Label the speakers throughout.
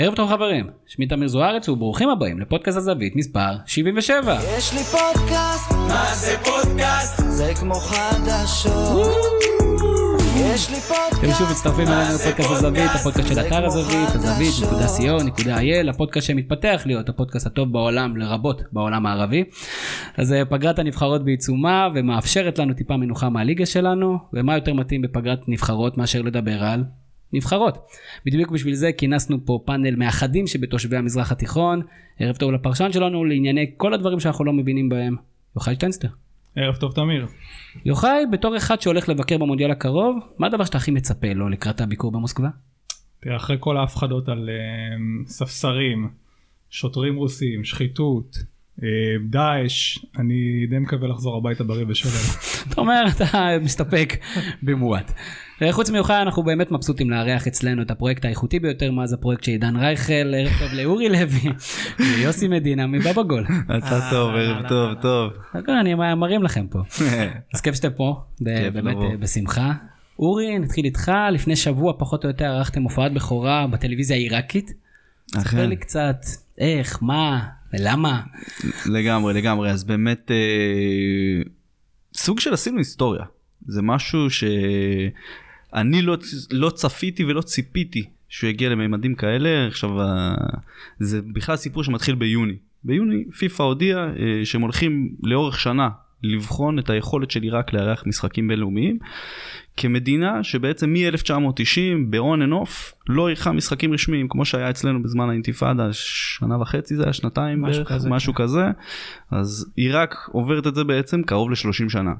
Speaker 1: ערב טוב חברים, שמי תמיר זוארץ וברוכים הבאים לפודקאסט הזווית מספר 77.
Speaker 2: יש לי פודקאסט, מה זה פודקאסט? זה כמו חדשות. יש לי פודקאסט.
Speaker 1: אתם שוב מצטרפים אלינו לפודקאסט הזווית, הפודקאסט של אתר הזווית, הזווית.co.il, הפודקאסט שמתפתח להיות הפודקאסט הטוב בעולם, לרבות בעולם הערבי. אז פגרת הנבחרות בעיצומה ומאפשרת לנו טיפה מנוחה מהליגה שלנו, ומה יותר מתאים בפגרת נבחרות מאשר לדבר על נבחרות. בדיוק בשביל זה כינסנו פה פאנל מאחדים שבתושבי המזרח התיכון. ערב טוב לפרשן שלנו לענייני כל הדברים שאנחנו לא מבינים בהם, יוחאי שטיינסטר.
Speaker 3: ערב טוב תמיר.
Speaker 1: יוחאי, בתור אחד שהולך לבקר במונדיאל הקרוב, מה הדבר שאתה הכי מצפה לו לקראת הביקור במוסקבה?
Speaker 3: תראה, אחרי כל ההפחדות על ספסרים, שוטרים רוסים, שחיתות, דאעש, אני די מקווה לחזור הביתה בריא ושלם.
Speaker 1: אתה אומר, אתה מסתפק במועט. חוץ מיוחד, אנחנו באמת מבסוטים לארח אצלנו את הפרויקט האיכותי ביותר, מה זה הפרויקט שעידן רייכל, ערב טוב לאורי לוי, ויוסי מדינה מבבא גול.
Speaker 4: אתה טוב, ערב טוב, טוב.
Speaker 1: אני מרים לכם פה. אז כיף שאתם פה, באמת בשמחה. אורי, נתחיל איתך, לפני שבוע פחות או יותר ערכתם הופעת בכורה בטלוויזיה העיראקית. ספר לי קצת, איך, מה, ולמה?
Speaker 4: לגמרי, אז באמת סוג של עשינו היסטוריה. זה משהו שאני לא צפיתי ולא ציפיתי שהוא יגיע לממדים כאלה. עכשיו, זה בכלל סיפור שמתחיל ביוני. ביוני פיפ"א הודיע שהם הולכים לאורך שנה לבחון את היכולת של עיראק לארח משחקים בינלאומיים, כמדינה שבעצם מ-1990 ב-on and off לא ערכה משחקים רשמיים, כמו שהיה אצלנו בזמן האינתיפאדה, שנה וחצי זה היה, שנתיים בערך, משהו כזה. אז עיראק עוברת את זה בעצם קרוב ל-30 שנה.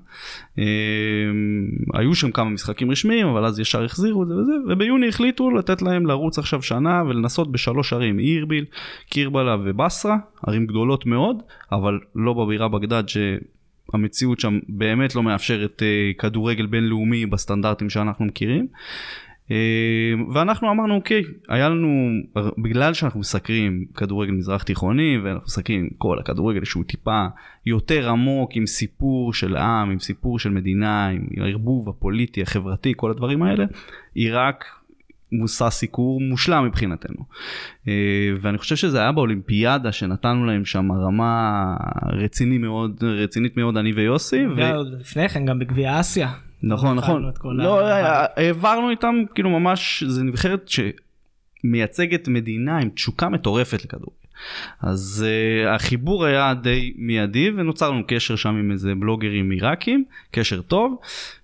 Speaker 4: היו שם כמה משחקים רשמיים, אבל אז ישר החזירו את זה וזה, וביוני החליטו לתת להם לרוץ עכשיו שנה, ולנסות בשלוש ערים, אירביל, קירבלה ובסרה, ערים גדולות מאוד, אבל לא בבירה בגדד המציאות שם באמת לא מאפשרת כדורגל בינלאומי בסטנדרטים שאנחנו מכירים. ואנחנו אמרנו, אוקיי, היה לנו, בגלל שאנחנו מסקרים כדורגל מזרח תיכוני, ואנחנו מסקרים כל הכדורגל שהוא טיפה יותר עמוק, עם סיפור של עם, עם סיפור של מדינה, עם הערבוב הפוליטי, החברתי, כל הדברים האלה, עיראק מושא סיקור מושלם מבחינתנו. ואני חושב שזה היה באולימפיאדה שנתנו להם שם רמה רצינית מאוד, אני ויוסי.
Speaker 2: לפני כן גם בגביע אסיה.
Speaker 4: נכון. לא, העברנו איתם, כאילו ממש, זה נבחרת שמייצגת מדינה עם תשוקה מטורפת לכדורגל. אז החיבור היה די מיידי, ונוצר לנו קשר שם עם איזה בלוגרים עיראקים, קשר טוב,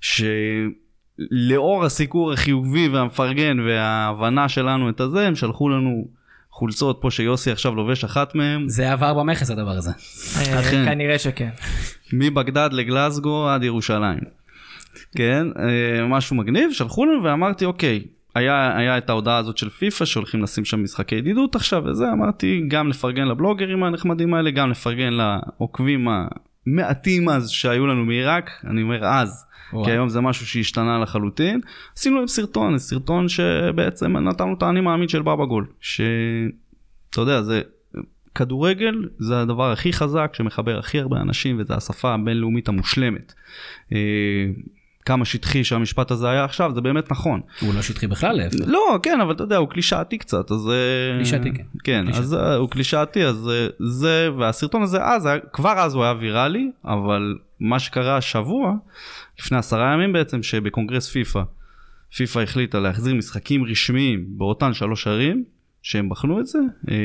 Speaker 4: לאור הסיקור החיובי והמפרגן וההבנה שלנו את הזה, הם שלחו לנו חולצות פה שיוסי עכשיו לובש אחת מהם.
Speaker 1: זה עבר במכס הדבר הזה.
Speaker 2: כנראה שכן.
Speaker 4: מבגדד לגלסגו עד ירושלים. כן, משהו מגניב, שלחו לנו ואמרתי אוקיי, היה את ההודעה הזאת של פיפ"א שהולכים לשים שם משחקי ידידות עכשיו וזה, אמרתי גם לפרגן לבלוגרים הנחמדים האלה, גם לפרגן לעוקבים המעטים אז שהיו לנו מעיראק, אני אומר אז, כי היום זה משהו שהשתנה לחלוטין. עשינו להם סרטון שבעצם נתנו את האני מאמין של בבא גול, שאתה יודע, זה כדורגל, זה הדבר הכי חזק שמחבר הכי הרבה אנשים, וזה השפה הבינלאומית המושלמת. כמה שטחי שהמשפט הזה היה עכשיו, זה באמת נכון.
Speaker 1: הוא לא שטחי בכלל,
Speaker 4: לא, כן, אבל אתה יודע, הוא קלישאתי קצת, אז
Speaker 1: קלישאתי, כן.
Speaker 4: כן, אז הוא קלישאתי, אז זה, והסרטון הזה כבר אז הוא היה ויראלי, אבל מה שקרה השבוע, לפני 10 ימים בעצם, שבקונגרס פיפ"א החליטה להחזיר משחקים רשמיים באותן 3 ערים, שהם בחנו את זה,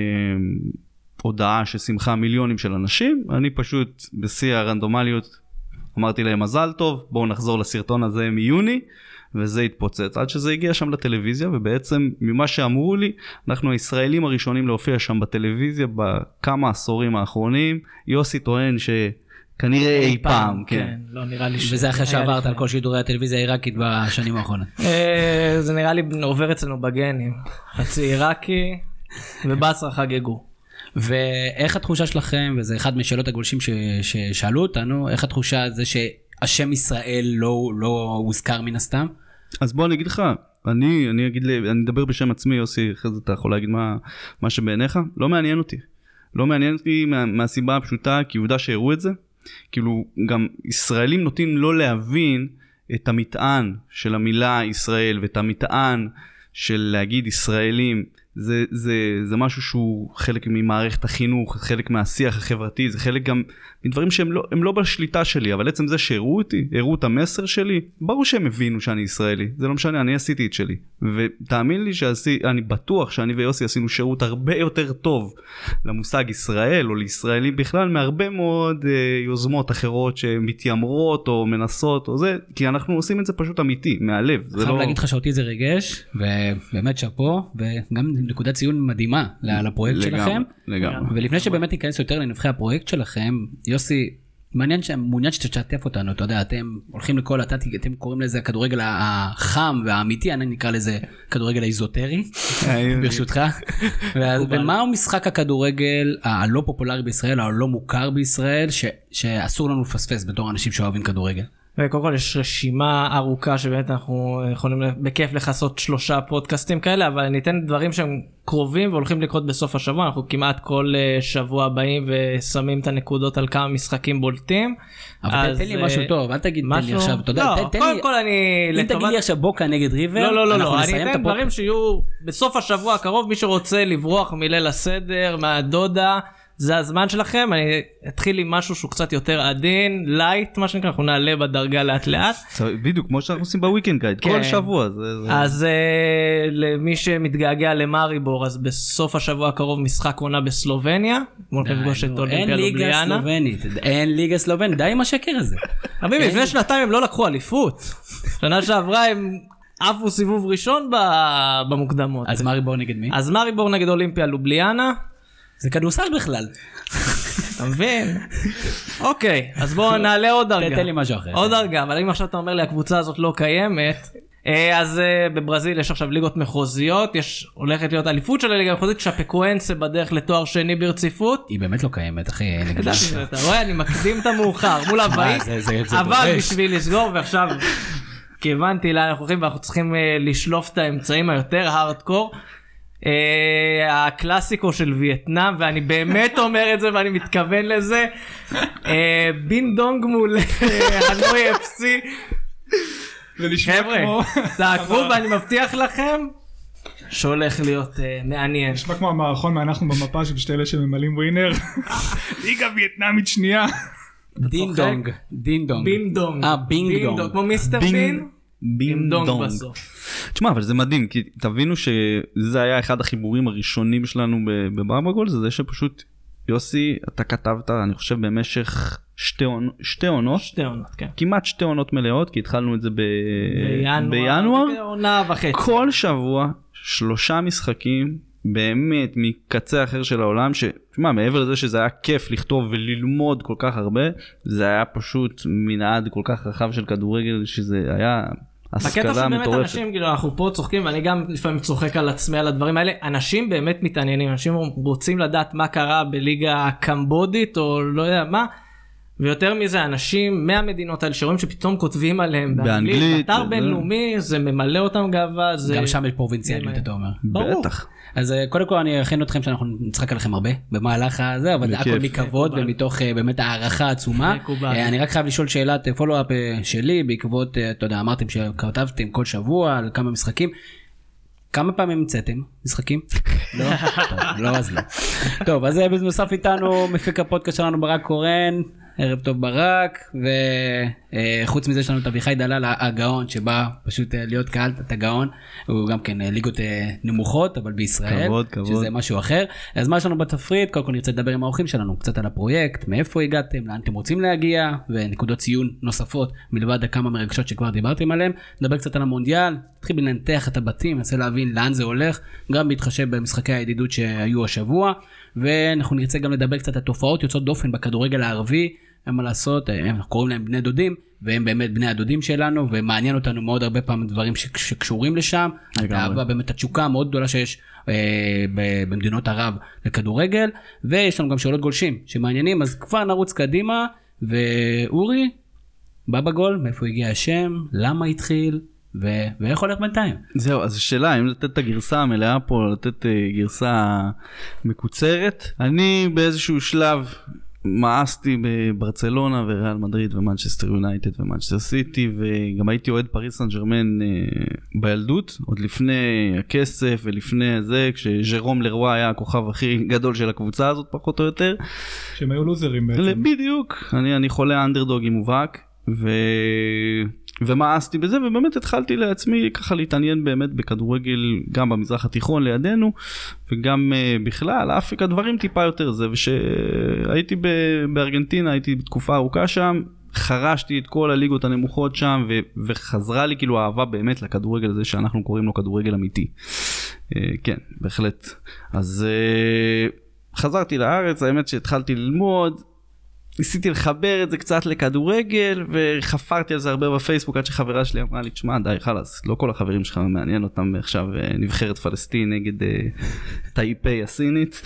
Speaker 4: הודעה ששמחה מיליונים של אנשים, אני פשוט בשיא הרנדומליות אמרתי להם מזל טוב, בואו נחזור לסרטון הזה מיוני, וזה התפוצץ, עד שזה הגיע שם לטלוויזיה, ובעצם ממה שאמרו לי, אנחנו הישראלים הראשונים להופיע שם בטלוויזיה, בכמה עשורים האחרונים, יוסי טוען שכנראה אי פעם, כן.
Speaker 2: לא נראה לי
Speaker 1: וזה אחרי שעברת על כל שידורי הטלוויזיה העיראקית בשנים האחרונות.
Speaker 2: זה נראה לי עובר אצלנו בגנים, חצי עיראקי, ובסרה חגגו.
Speaker 1: ואיך התחושה שלכם, וזה אחד משאלות הגולשים ששאלו אותנו, איך התחושה זה שהשם ישראל לא הוזכר מן הסתם?
Speaker 4: אז בוא אני אגיד לך, אני אדבר בשם עצמי, יוסי, אחרי זה אתה יכול להגיד מה שבעיניך, לא מעניין אותי מהסיבה הפשוטה, כי עובדה שהראו את זה, כאילו גם ישראלים נוטים לא להבין את המטען של המילה ישראל, ואת המטען של להגיד ישראלים זה משהו שהוא חלק ממערכת החינוך, חלק מהשיח החברתי, זה חלק גם מדברים שהם לא בשליטה שלי, אבל עצם זה שהראו אותי, הראו את המסר שלי, ברור שהם הבינו שאני ישראלי, זה לא משנה, אני עשיתי את שלי, ותאמין לי אני בטוח שאני ויוסי עשינו שירות הרבה יותר טוב למושג ישראל, או לישראלים בכלל, מהרבה מאוד יוזמות אחרות שמתיימרות או מנסות, או זה, כי אנחנו עושים את זה פשוט אמיתי, מהלב.
Speaker 1: חייב להגיד לך שאותי זה ריגש, ובאמת שפו, וגם נקודת ציון מדהימה לפרויקט שלכם.
Speaker 4: לגמרי.
Speaker 1: ולפני שבאמת ניכנס יותר לנבחי הפרויקט שלכם, יוסי, מעוניין שתשתף אותנו, אתה יודע, אתם הולכים אתם קוראים לזה הכדורגל החם והאמיתי, אני נקרא לזה כדורגל האיזוטרי, ברשותך. ומהו משחק הכדורגל הלא פופולרי בישראל, הלא מוכר בישראל, שאסור לנו לפספס בתור אנשים שאוהבים כדורגל?
Speaker 5: וקודם כל יש רשימה ארוכה שבאמת אנחנו יכולים בכיף לחסות 3 פודקאסטים כאלה, אבל ניתן דברים שהם קרובים והולכים לקרות בסוף השבוע, אנחנו כמעט כל שבוע באים ושמים את הנקודות על כמה משחקים בולטים.
Speaker 1: אבל תן לי משהו טוב, אל תגיד תן לי עכשיו, אתה יודע,
Speaker 5: קודם כל
Speaker 1: אם תגיד לי עכשיו בוקה נגד ריבר,
Speaker 5: לא, אני אתן דברים שיהיו בסוף השבוע הקרוב, מי שרוצה לברוח מליל הסדר, מהדודה, זה הזמן שלכם. אני אתחיל עם משהו שהוא קצת יותר עדין, לייט, מה שנקרא, אנחנו נעלה בדרגה לאט לאט.
Speaker 4: בדיוק, כמו שאנחנו עושים בוויקנד גייד, כל שבוע.
Speaker 5: אז למי שמתגעגע למאריבור, אז בסוף השבוע הקרוב משחק עונה בסלובניה, מולכים לפגוש את אולימפיה לובליאנה.
Speaker 1: אין ליגה סלובנית, די עם השקר הזה.
Speaker 5: רבים, לפני שנתיים הם לא לקחו אליפות. שנה שעברה הם עפו סיבוב ראשון במוקדמות.
Speaker 1: אז מאריבור נגד מי?
Speaker 5: אז מאריבור נגד אולימפיה לובליאנה.
Speaker 1: זה כדורסל בכלל.
Speaker 5: אתה מבין? אוקיי, אז בואו נעלה עוד דרגה.
Speaker 1: תן לי משהו אחר.
Speaker 5: עוד דרגה, אבל אם עכשיו אתה אומר לי הקבוצה הזאת לא קיימת, אז בברזיל יש עכשיו ליגות מחוזיות, הולכת להיות אליפות של הליגה המחוזית, שהפקואנסה בדרך לתואר שני ברציפות.
Speaker 1: היא באמת לא קיימת, אחי.
Speaker 5: אתה רואה, אני מקדים את המאוחר מול הבאים, אבל בשביל לסגור, ועכשיו כי הבנתי לאן אנחנו הולכים, ואנחנו צריכים לשלוף את האמצעים היותר הארדקור. הקלאסיקו של וייטנאם, ואני באמת אומר את זה ואני מתכוון לזה, בין דונג מול הנוי אפסי. חבר'ה, תעקבו ואני מבטיח לכם שהולך להיות מעניין.
Speaker 3: נשמע כמו המערכון מהנחנו במפה של שתי אלה שממלאים ווינר. ליגה וייטנאמית שנייה.
Speaker 1: דין דונג.
Speaker 5: בין דונג.
Speaker 1: בינג דונג.
Speaker 5: כמו מיסטר בין.
Speaker 4: בין דונג. תשמע, אבל זה מדהים, כי תבינו שזה היה אחד החיבורים הראשונים שלנו בברבגול, זה שפשוט יוסי, אתה כתבת, אני חושב במשך שתי עונות,
Speaker 5: כן.
Speaker 4: כמעט 2 עונות מלאות, כי התחלנו את זה בינואר,
Speaker 5: עונה וחצי.
Speaker 4: כל שבוע 3 משחקים, באמת מקצה אחר של העולם, שמה, מעבר לזה שזה היה כיף לכתוב וללמוד כל כך הרבה, זה היה פשוט מנעד כל כך רחב של כדורגל, שזה היה השכלה מטורפת.
Speaker 5: בקטע שבאמת אנשים, כאילו, אנחנו פה צוחקים, ואני גם לפעמים צוחק על עצמי על הדברים האלה, אנשים באמת מתעניינים, אנשים רוצים לדעת מה קרה בליגה הקמבודית, או לא יודע מה, ויותר מזה, אנשים מהמדינות האלה שרואים שפתאום כותבים עליהם באנגלית, באתר בינלאומי, זה ממלא אותם גאווה.
Speaker 1: גם שם יש פרובינציאליות, אתה אומר.
Speaker 4: בטח.
Speaker 1: אז קודם כל אני אכין אתכם שאנחנו נצחק עליכם הרבה במהלך הזה, אבל זה הכל מכבוד ומתוך באמת הערכה עצומה. אני רק חייב לשאול שאלת פולו-אפ שלי, בעקבות, אתה יודע, אמרתם שכתבתם כל שבוע על כמה משחקים. כמה פעמים המצאתם משחקים? לא? טוב, לא אז לא. טוב, אז בנוסף איתנו מפיק הפודקאסט שלנו ברק קורן. ערב טוב ברק, וחוץ מזה יש לנו את אביחי דלל הגאון, שבא פשוט להיות קהל, את הגאון, הוא גם כן ליגות נמוכות, אבל בישראל,
Speaker 4: כבוד.
Speaker 1: שזה משהו אחר. אז מה יש לנו בתפריט? קודם כל נרצה לדבר עם האורחים שלנו, קצת על הפרויקט, מאיפה הגעתם, לאן אתם רוצים להגיע, ונקודות ציון נוספות, מלבד הכמה מרגשות שכבר דיברתם עליהם. נדבר קצת על המונדיאל, נתחיל לנתח את הבתים, ננסה להבין לאן זה הולך, גם בהתחשב במשחקי הידידות שהיו השבוע, ואנחנו נרצה גם לדבר קצת על תופעות יוצאות דופן בכדורגל הערבי, אין מה לעשות, אנחנו קוראים להם בני דודים, והם באמת בני הדודים שלנו, ומעניין אותנו מאוד הרבה פעמים דברים שקשורים לשם, התאהבה, באמת התשוקה המאוד גדולה שיש במדינות ערב לכדורגל, ויש לנו גם שאלות גולשים שמעניינים, אז כבר נרוץ קדימה, ואורי, בא בגול, מאיפה הגיע השם, למה התחיל, ואיך הולך בינתיים?
Speaker 4: זהו, אז השאלה, אם לתת את הגרסה המלאה פה, לתת גרסה מקוצרת, אני באיזשהו שלב מאסתי בברצלונה וריאל מדריד ומנצ'סטר יונייטד ומנצ'סטר סיטי, וגם הייתי אוהד פריס סן ז'רמן בילדות, עוד לפני הכסף ולפני זה, כשז'רום לרוע היה הכוכב הכי גדול של הקבוצה הזאת פחות או יותר.
Speaker 3: שהם היו לוזרים בעצם.
Speaker 4: בדיוק, אני חולה אנדרדוגי מובהק, ומאסתי בזה, ובאמת התחלתי לעצמי ככה להתעניין באמת בכדורגל גם במזרח התיכון לידינו, וגם בכלל, אפריקה, דברים טיפה יותר זה, ושהייתי בארגנטינה, הייתי בתקופה ארוכה שם, חרשתי את כל הליגות הנמוכות שם, וחזרה לי כאילו אהבה באמת לכדורגל הזה שאנחנו קוראים לו כדורגל אמיתי. כן, בהחלט. אז חזרתי לארץ, האמת שהתחלתי ללמוד, ניסיתי לחבר את זה קצת לכדורגל, וחפרתי על זה הרבה בפייסבוק, עד שחברה שלי אמרה לי, תשמע, די, חלס, לא כל החברים שלך מעניין אותם עכשיו נבחרת פלסטין נגד טייפי הסינית,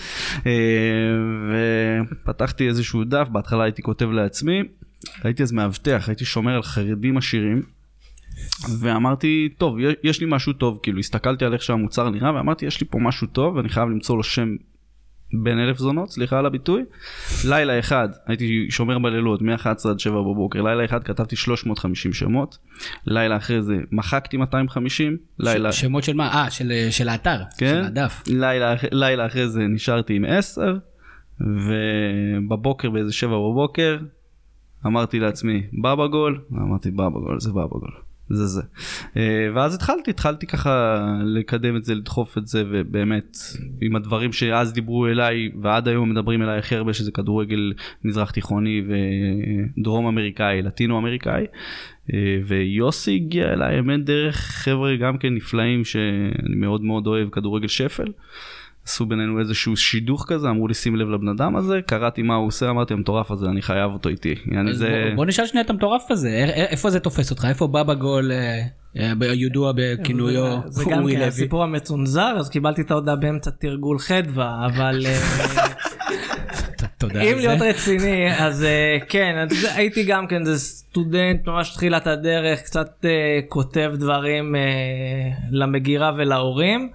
Speaker 4: ופתחתי איזשהו דף, בהתחלה הייתי כותב לעצמי, הייתי אז מאבטח, הייתי שומר על חרדים עשירים, ואמרתי, טוב, יש לי משהו טוב, כאילו, הסתכלתי על איך שהמוצר נראה, ואמרתי, יש לי פה משהו טוב, ואני חייב למצוא לו שם בין 1000 זונות, סליחה על הביטוי. לילה אחד, הייתי שומר בלילות, מ-11 עד 7 בבוקר, לילה אחד כתבתי 350 שמות, לילה אחרי זה מחקתי 250,
Speaker 1: שמות של מה? של האתר,
Speaker 4: כן?
Speaker 1: של הדף.
Speaker 4: לילה אחרי זה נשארתי עם 10, ובבוקר באיזה 7 בבוקר, אמרתי לעצמי, בבא גול, אמרתי בבא גול, זה בבא גול. זה. ואז התחלתי ככה לקדם את זה, לדחוף את זה, ובאמת, עם הדברים שאז דיברו אליי, ועד היום מדברים אליי הכי הרבה, שזה כדורגל מזרח תיכוני ודרום אמריקאי, לטינו אמריקאי, ויוסי הגיע אליי, האמת דרך חבר'ה גם כן נפלאים, שאני מאוד מאוד אוהב כדורגל שפל, עשו בינינו איזשהו שידוך כזה, אמרו לי שים לב לבן אדם הזה, קראתי מה הוא עושה, אמרתי המטורף הזה, אני חייב אותו איתי.
Speaker 1: בוא נשאל שנייה את המטורף הזה, איפה זה תופס אותך? איפה בבא גול ידוע בכינויו?
Speaker 5: זה גם כן הסיפור המצונזר, אז קיבלתי את ההודעה באמצע תרגול חדווה, אבל אם להיות רציני, אז כן, הייתי גם כן, זה סטודנט, ממש תחילת הדרך, קצת כותב דברים למגירה ולהורים,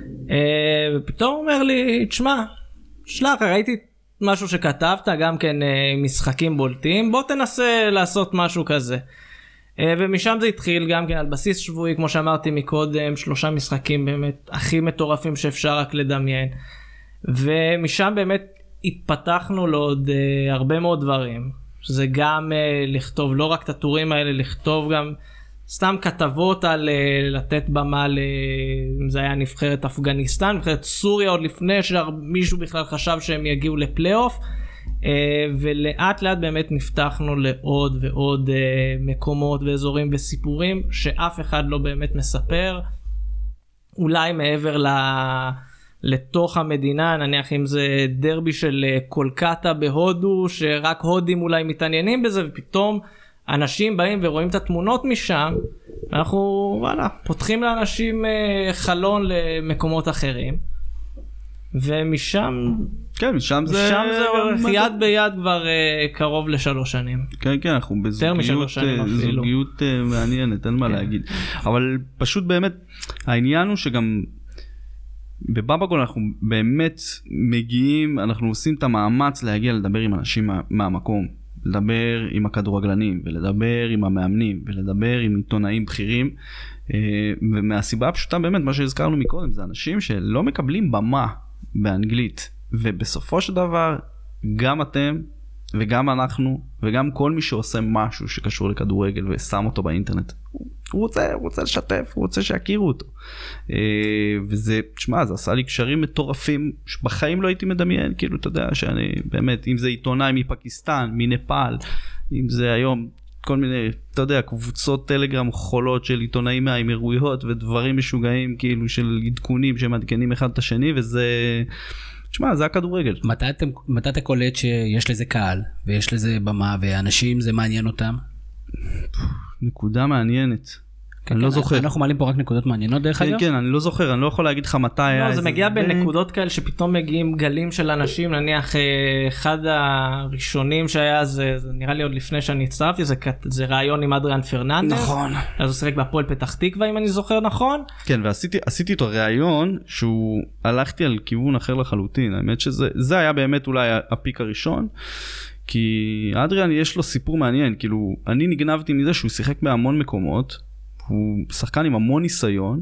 Speaker 5: ופתאום אומר לי, תשמע, שלח, ראיתי משהו שכתבת, גם כן משחקים בולטים, בוא תנסה לעשות משהו כזה. ומשם זה התחיל גם כן על בסיס שבועי, כמו שאמרתי מקודם, 3 משחקים באמת הכי מטורפים שאפשר רק לדמיין. ומשם באמת התפתחנו לעוד הרבה מאוד דברים. שזה גם לכתוב לא רק את הטורים האלה, לכתוב גם סתם כתבות על לתת במה, אם זה היה נבחרת אפגניסטן, נבחרת סוריה עוד לפני שמישהו בכלל חשב שהם יגיעו לפלייאוף. ולאט לאט באמת נפתחנו לעוד ועוד מקומות ואזורים וסיפורים שאף אחד לא באמת מספר, אולי מעבר לתוך המדינה, נניח אם זה דרבי של קולקטה בהודו, שרק הודים אולי מתעניינים בזה, ופתאום אנשים באים ורואים את התמונות משם, אנחנו וואלה, פותחים לאנשים חלון למקומות אחרים. ומשם,
Speaker 4: כן, משם זה
Speaker 5: יד ביד כבר קרוב ל3 שנים.
Speaker 4: כן, כן, אנחנו בזוגיות מעניינת, אין מה להגיד. אבל פשוט באמת, העניין הוא שגם בבבא גול אנחנו באמת מגיעים, אנחנו עושים את המאמץ להגיע לדבר עם אנשים מהמקום, לדבר עם הכדורגלנים, ולדבר עם המאמנים, ולדבר עם עיתונאים בכירים, ומהסיבה הפשוטה באמת, מה שהזכרנו מקודם, זה אנשים שלא מקבלים במה באנגלית, ובסופו של דבר גם אתם וגם אנחנו וגם כל מי שעושה משהו שקשור לכדורגל ושם אותו באינטרנט, הוא רוצה לשתף, הוא רוצה שיכירו אותו, וזה, תשמע, זה עשה לי קשרים מטורפים שבחיים לא הייתי מדמיין, כאילו אתה יודע שאני באמת, אם זה עיתונאי מפקיסטן, מנפאל, אם זה היום כל מיני, אתה יודע, קבוצות טלגרם חולות של עיתונאים מהאמירויות ודברים משוגעים כאילו של עדכונים שמעדכנים אחד את השני, וזה, תשמע, זה הכדורגל.
Speaker 1: מתי אתה קולט שיש לזה קהל ויש לזה במה ואנשים זה מעניין אותם?
Speaker 4: נקודה מעניינת. אני לא זוכר.
Speaker 1: אנחנו מעלים פה רק נקודות מעניינות דרך
Speaker 4: כן,
Speaker 1: אגב.
Speaker 4: כן, אני לא זוכר, אני לא יכול להגיד לך מתי היה.
Speaker 5: לא, זה מגיע בנקודות כאלה שפתאום מגיעים גלים של אנשים, נניח אחד הראשונים שהיה, זה נראה לי עוד לפני שאני הצטרפתי, זה רעיון עם אדריאן פרננדס.
Speaker 1: נכון.
Speaker 5: אז הוא שיחק בהפועל פתח תקווה אם אני זוכר נכון.
Speaker 4: כן, ועשיתי איתו ראיון שהוא הלכתי על כיוון אחר לחלוטין, האמת שזה היה באמת אולי הפיק הראשון, כי אדריאן יש לו סיפור מעניין, כאילו אני נגנבתי מזה שהוא שיחק בהמון מקומות, הוא שחקן עם המון ניסיון,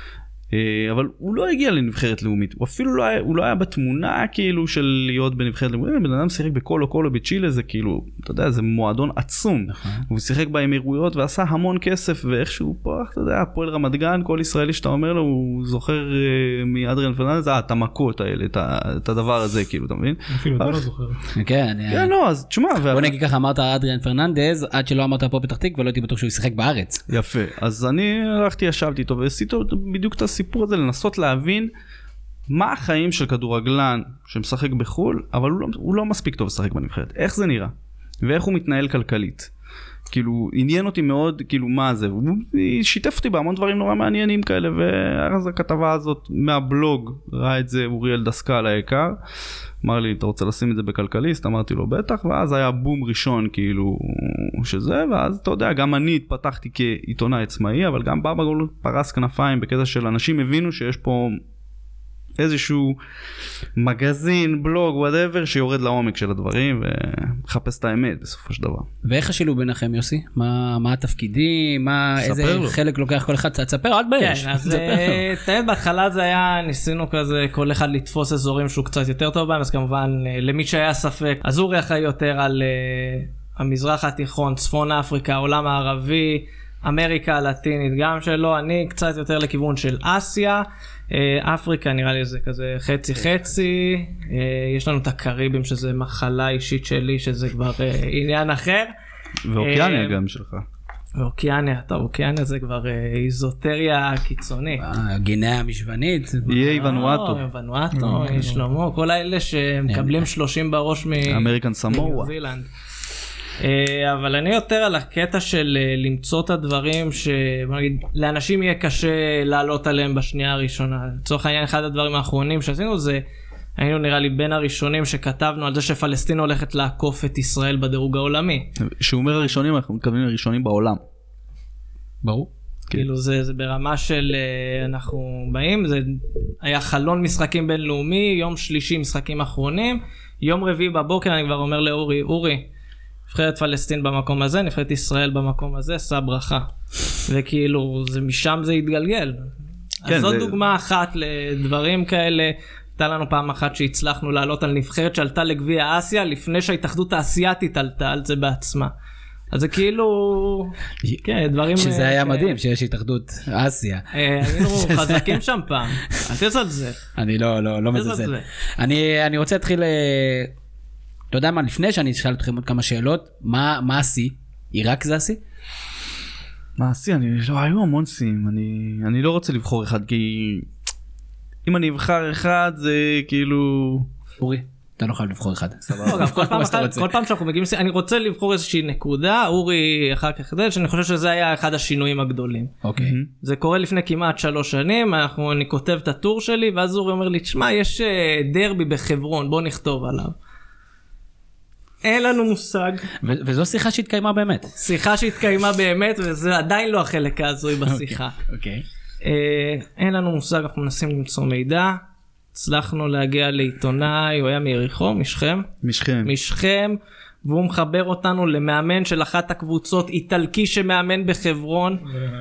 Speaker 4: אבל הוא לא הגיע לנבחרת לאומית, הוא אפילו לא היה בתמונה כאילו של להיות בנבחרת לאומית, בן אדם שיחק בקולו קולו בצ'ילה, זה כאילו, אתה יודע, זה מועדון עצום, הוא שיחק באמירויות ועשה המון כסף, ואיכשהו פה, אתה יודע, הפועל רמת גן, כל ישראלי שאתה אומר לו, הוא זוכר מאדריאן פרננדס, את המכות האלה, את הדבר הזה, כאילו, אתה מבין?
Speaker 3: אפילו אתה לא זוכר.
Speaker 1: כן,
Speaker 4: לא, אז תשמע,
Speaker 1: בוא נגיד ככה, אמרת אדריאן פרננדס, עד שלא אמרת פה פתח תקווה, ולא הייתי בטוח שהוא ישחק בארץ.
Speaker 4: יפה, אז אני הלכתי, ישבתי איתו, ועשיתי בדיוק את הסיפור הזה, לנסות להבין מה החיים של כדורגלן שמשחק בחול, אבל הוא לא מספיק טוב לשחק בנבחרת. איך זה נראה? ואיך הוא מתנהל כלכלית? כאילו, עניין אותי מאוד, כאילו, מה זה? הוא שיתף אותי בהמון דברים נורא מעניינים כאלה, ואז הכתבה הזאת מהבלוג, ראה את זה אוריאל דסקל היקר, אמר לי, אתה רוצה לשים את זה בכלכליסט? אמרתי לו, בטח, ואז היה בום ראשון, כאילו, שזה, ואז אתה יודע, גם אני התפתחתי כעיתונאי עצמאי, אבל גם בגול פרס כנפיים, בקטע של אנשים הבינו שיש פה איזשהו מגזין, בלוג, whatever, שיורד לעומק של הדברים, ומחפש את האמת בסופו של דבר.
Speaker 1: ואיך השילוב ביניכם, יוסי? מה התפקידים? איזה חלק לוקח כל אחד? תספר, אל תבייש.
Speaker 5: כן, אז תמיד בהתחלה זה היה, ניסינו כזה, כל אחד לתפוס אזורים שהוא קצת יותר טוב בהם, אז כמובן, למי שהיה ספק, אז אורי אחראי יותר על המזרח התיכון, צפון אפריקה, העולם הערבי, אמריקה הלטינית, גם שלו, אני קצת יותר לכיוון של אסיה, אפריקה נראה לי זה כזה חצי חצי, יש לנו את הקריבים שזה מחלה אישית שלי, שזה כבר עניין אחר.
Speaker 4: ואוקיאניה גם שלך.
Speaker 5: ואוקיאניה, טוב, אוקיאניה זה כבר איזוטריה קיצונית.
Speaker 1: גינאה המשוונית.
Speaker 4: איי ונואטו.
Speaker 5: ונואטו, שלמה, כל האלה שמקבלים 30 בראש
Speaker 4: אמריקן סמואה.
Speaker 5: ניו זילנד. אבל אני יותר על הקטע של למצוא את הדברים שלאנשים יהיה קשה לעלות עליהם בשנייה הראשונה. לצורך העניין, אחד הדברים האחרונים שעשינו זה, היינו נראה לי בין הראשונים שכתבנו על זה שפלסטין הולכת לעקוף את ישראל בדירוג העולמי.
Speaker 4: שהוא אומר הראשונים, אנחנו מתכוונים לראשונים בעולם.
Speaker 1: ברור.
Speaker 5: כאילו זה ברמה של אנחנו באים, זה היה חלון משחקים בינלאומי, יום שלישי משחקים אחרונים, יום רביעי בבוקר אני כבר אומר לאורי, אורי, נבחרת פלסטין במקום הזה, נבחרת ישראל במקום הזה, שא ברכה. וכאילו, משם זה התגלגל. אז זאת דוגמה אחת לדברים כאלה. הייתה לנו פעם אחת שהצלחנו לעלות על נבחרת שעלתה לגביע אסיה, לפני שההתאחדות האסייתית עלתה על זה בעצמה. אז זה כאילו, כן, דברים...
Speaker 1: שזה היה מדהים, שיש התאחדות אסיה.
Speaker 5: היינו חזקים שם פעם. אל תזלזל.
Speaker 1: אני לא מזלזל. אני רוצה להתחיל... אתה יודע מה, לפני שאני אשאל אתכם עוד כמה שאלות, מה השיא? עיראק זה השיא?
Speaker 4: מה השיא? היו המון שיאים, אני לא רוצה לבחור אחד, כי אם אני אבחר אחד זה כאילו...
Speaker 1: אורי, אתה לא חייב לבחור אחד.
Speaker 5: כל פעם שאנחנו מגיעים, אני רוצה לבחור איזושהי נקודה, אורי אחר כך זה, שאני חושב שזה היה אחד השינויים הגדולים.
Speaker 1: אוקיי.
Speaker 5: זה קורה לפני כמעט 3 שנים, אני כותב את הטור שלי, ואז אורי אומר לי, תשמע, יש דרבי בחברון, בוא נכתוב עליו. אין לנו מושג.
Speaker 1: וזו שיחה שהתקיימה באמת.
Speaker 5: שיחה שהתקיימה באמת, וזה עדיין לא החלק ההזוי בשיחה.
Speaker 1: אוקיי.
Speaker 5: אין לנו מושג, אנחנו מנסים למצוא מידע. הצלחנו להגיע לעיתונאי, הוא היה מיריחו, משכם, והוא מחבר אותנו למאמן של אחת הקבוצות, איטלקי שמאמן בחברון.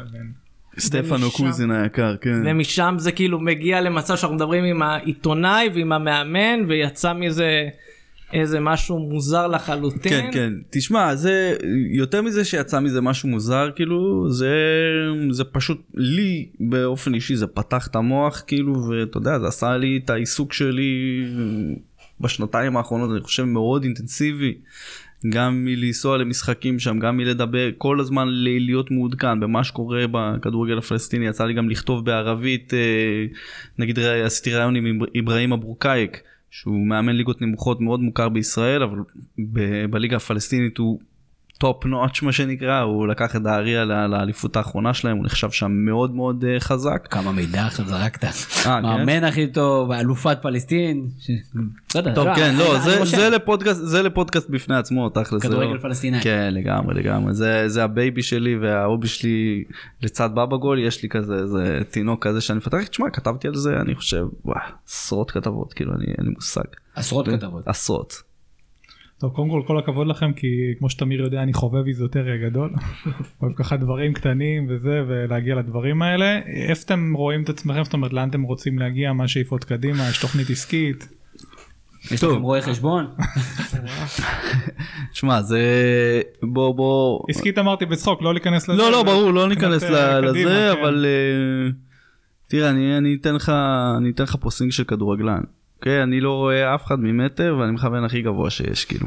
Speaker 4: סטפנו קוזין היקר, כן.
Speaker 5: ומשם זה כאילו מגיע למצב שאנחנו מדברים עם העיתונאי ועם המאמן, ויצא מזה... איזה משהו מוזר לחלוטין.
Speaker 4: כן, כן. תשמע, זה, יותר מזה שיצא מזה משהו מוזר, כאילו, זה פשוט, לי באופן אישי, זה פתח את המוח, כאילו, ואתה יודע, זה עשה לי את העיסוק שלי בשנתיים האחרונות, אני חושב מאוד אינטנסיבי, גם מלנסוע למשחקים שם, גם מלדבר, כל הזמן להיות מעודכן במה שקורה בכדורגל הפלסטיני, יצא לי גם לכתוב בערבית, נגיד עשיתי רעיון עם איברהים אברוקאיק, שהוא מאמן ליגות נמוכות מאוד מוכר בישראל, אבל בליגה הפלסטינית הוא טופ נוטש מה שנקרא, הוא לקח את דהריה לאליפות האחרונה שלהם, הוא נחשב שם מאוד מאוד חזק.
Speaker 1: כמה מידע עכשיו זרקת.
Speaker 4: כן?
Speaker 1: מאמן הכי טוב, אלופת פלסטין.
Speaker 4: טוב, כן, לא, זה לפודקאסט בפני עצמו, תכל'ס.
Speaker 1: כדורגל פלסטינאי.
Speaker 4: כן, לגמרי. זה הבייבי שלי וההובי שלי לצד בבא גול, יש לי כזה, זה תינוק כזה שאני מפתח, תשמע, כתבתי על זה, אני חושב, עשרות כתבות, כאילו, אין לי מושג.
Speaker 1: עשרות כתבות.
Speaker 4: עשרות.
Speaker 3: טוב, קודם כל הכבוד לכם, כי כמו שתמיר יודע, אני חובב איזוטריה גדול. אוהב ככה דברים קטנים וזה, ולהגיע לדברים האלה. איפה אתם רואים את עצמכם? זאת אומרת, לאן אתם רוצים להגיע? מה שאיפות קדימה? יש תוכנית עסקית?
Speaker 1: יש לכם רואה חשבון?
Speaker 4: שמע, זה... בוא...
Speaker 3: עסקית אמרתי בצחוק, לא להיכנס לזה.
Speaker 4: לא, ברור, לא ניכנס לזה, אבל... תראה, אני אתן לך פה סינג של כדורגלן. אוקיי, אני לא רואה אף אחד ממטר, ואני מכוון הכי גבוה שיש, כאילו.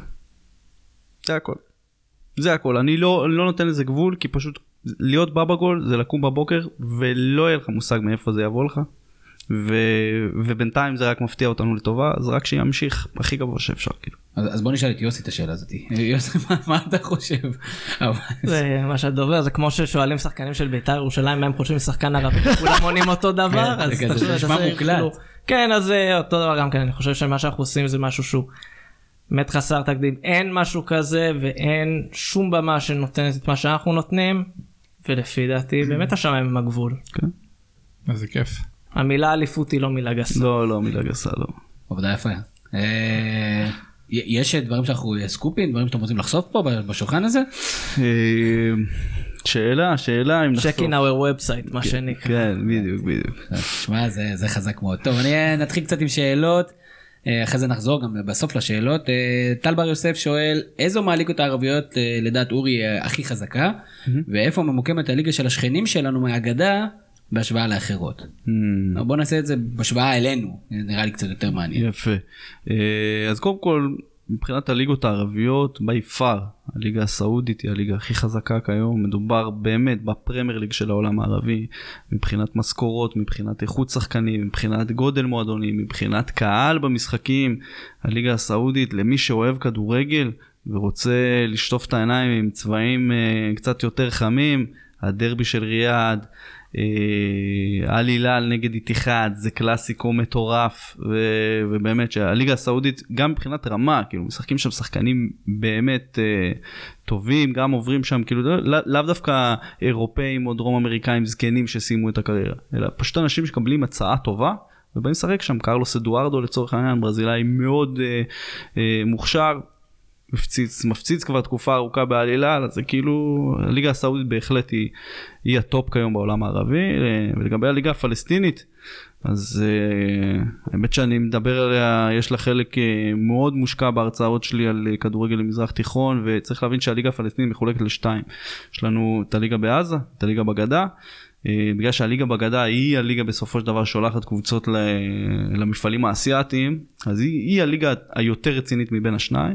Speaker 4: זה הכל. אני לא נותן לזה גבול, כי פשוט להיות בא בגול, זה לקום בבוקר, ולא יהיה לך מושג מאיפה זה יבוא לך. ובינתיים זה רק מפתיע אותנו לטובה, אז רק שימשיך הכי גבוה שאפשר, כאילו.
Speaker 1: אז בוא נשאל את יוסי את השאלה הזאת. יוסי, מה אתה חושב?
Speaker 5: זה מה שאת דובר, זה כמו ששואלים שחקנים של בית"ר ירושלים, מה הם חושבים משחקן ערבי, כולם עונים אותו דבר, אז
Speaker 1: זה נשמע מוקלט.
Speaker 5: כן, אז אותו דבר גם כן, אני חושב שמה שאנחנו עושים זה משהו שהוא באמת חסר תקדים, אין משהו כזה ואין שום במה שנותנת את מה שאנחנו נותנים, ולפי דעתי באמת השמיים הם הגבול.
Speaker 4: כן.
Speaker 3: אז זה כיף.
Speaker 5: המילה אליפות היא לא מילה גסה.
Speaker 4: לא מילה גסה, לא.
Speaker 1: עבודה יפה. יש דברים שאנחנו סקופים, דברים שאתם רוצים לחשוף פה בשולחן הזה?
Speaker 4: שאלה אם נחשוף.
Speaker 5: check in our website, מה שנקרא.
Speaker 4: כן, בדיוק.
Speaker 1: תשמע, זה חזק מאוד. טוב, נתחיל קצת עם שאלות, אחרי זה נחזור גם בסוף לשאלות. טל בר יוסף שואל, איזו מהליגות הערביות לדעת אורי הכי חזקה, ואיפה ממוקמת הליגה של השכנים שלנו מהאגדה, בהשוואה לאחרות. בוא נעשה את זה בהשוואה אלינו, נראה לי קצת יותר מעניין.
Speaker 4: יפה. אז קודם כל, מבחינת הליגות הערביות, by far, הליגה הסעודית היא הליגה הכי חזקה כיום, מדובר באמת בפרמייר ליג של העולם הערבי, מבחינת משכורות, מבחינת איכות שחקנים, מבחינת גודל מועדונים, מבחינת קהל במשחקים, הליגה הסעודית, למי שאוהב כדורגל ורוצה לשטוף את העיניים עם צבעים קצת יותר חמים, הדרבי של ריאד, אל הילאל נגד איתיחאד, זה קלאסיקו מטורף, ובאמת שהליגה הסעודית גם מבחינת רמה, כאילו משחקים שם שחקנים באמת טובים, גם עוברים שם, כאילו לאו דווקא אירופאים או דרום אמריקאים זקנים שסיימו את הקריירה, אלא פשוט אנשים שקבלים הצעה טובה, ובאים לשחק שם, קרלוס אדוארדו לצורך העניין, ברזילאי מאוד מוכשר, מפציץ כבר תקופה ארוכה באל הילאל, אז זה כאילו, הליגה הסעודית בהחלט היא הטופ כיום בעולם הערבי, ולגבי הליגה הפלסטינית, אז האמת שאני מדבר עליה, יש לה חלק מאוד מושקע בהרצאות שלי על כדורגל למזרח תיכון, וצריך להבין שהליגה הפלסטינית מחולקת לשתיים, יש לנו את הליגה בעזה, את הליגה בגדה, בגלל שהליגה בגדה היא הליגה בסופו של דבר שולחת קבוצות למפעלים האסייתיים, אז היא הליגה היותר רצינית מבין השניים.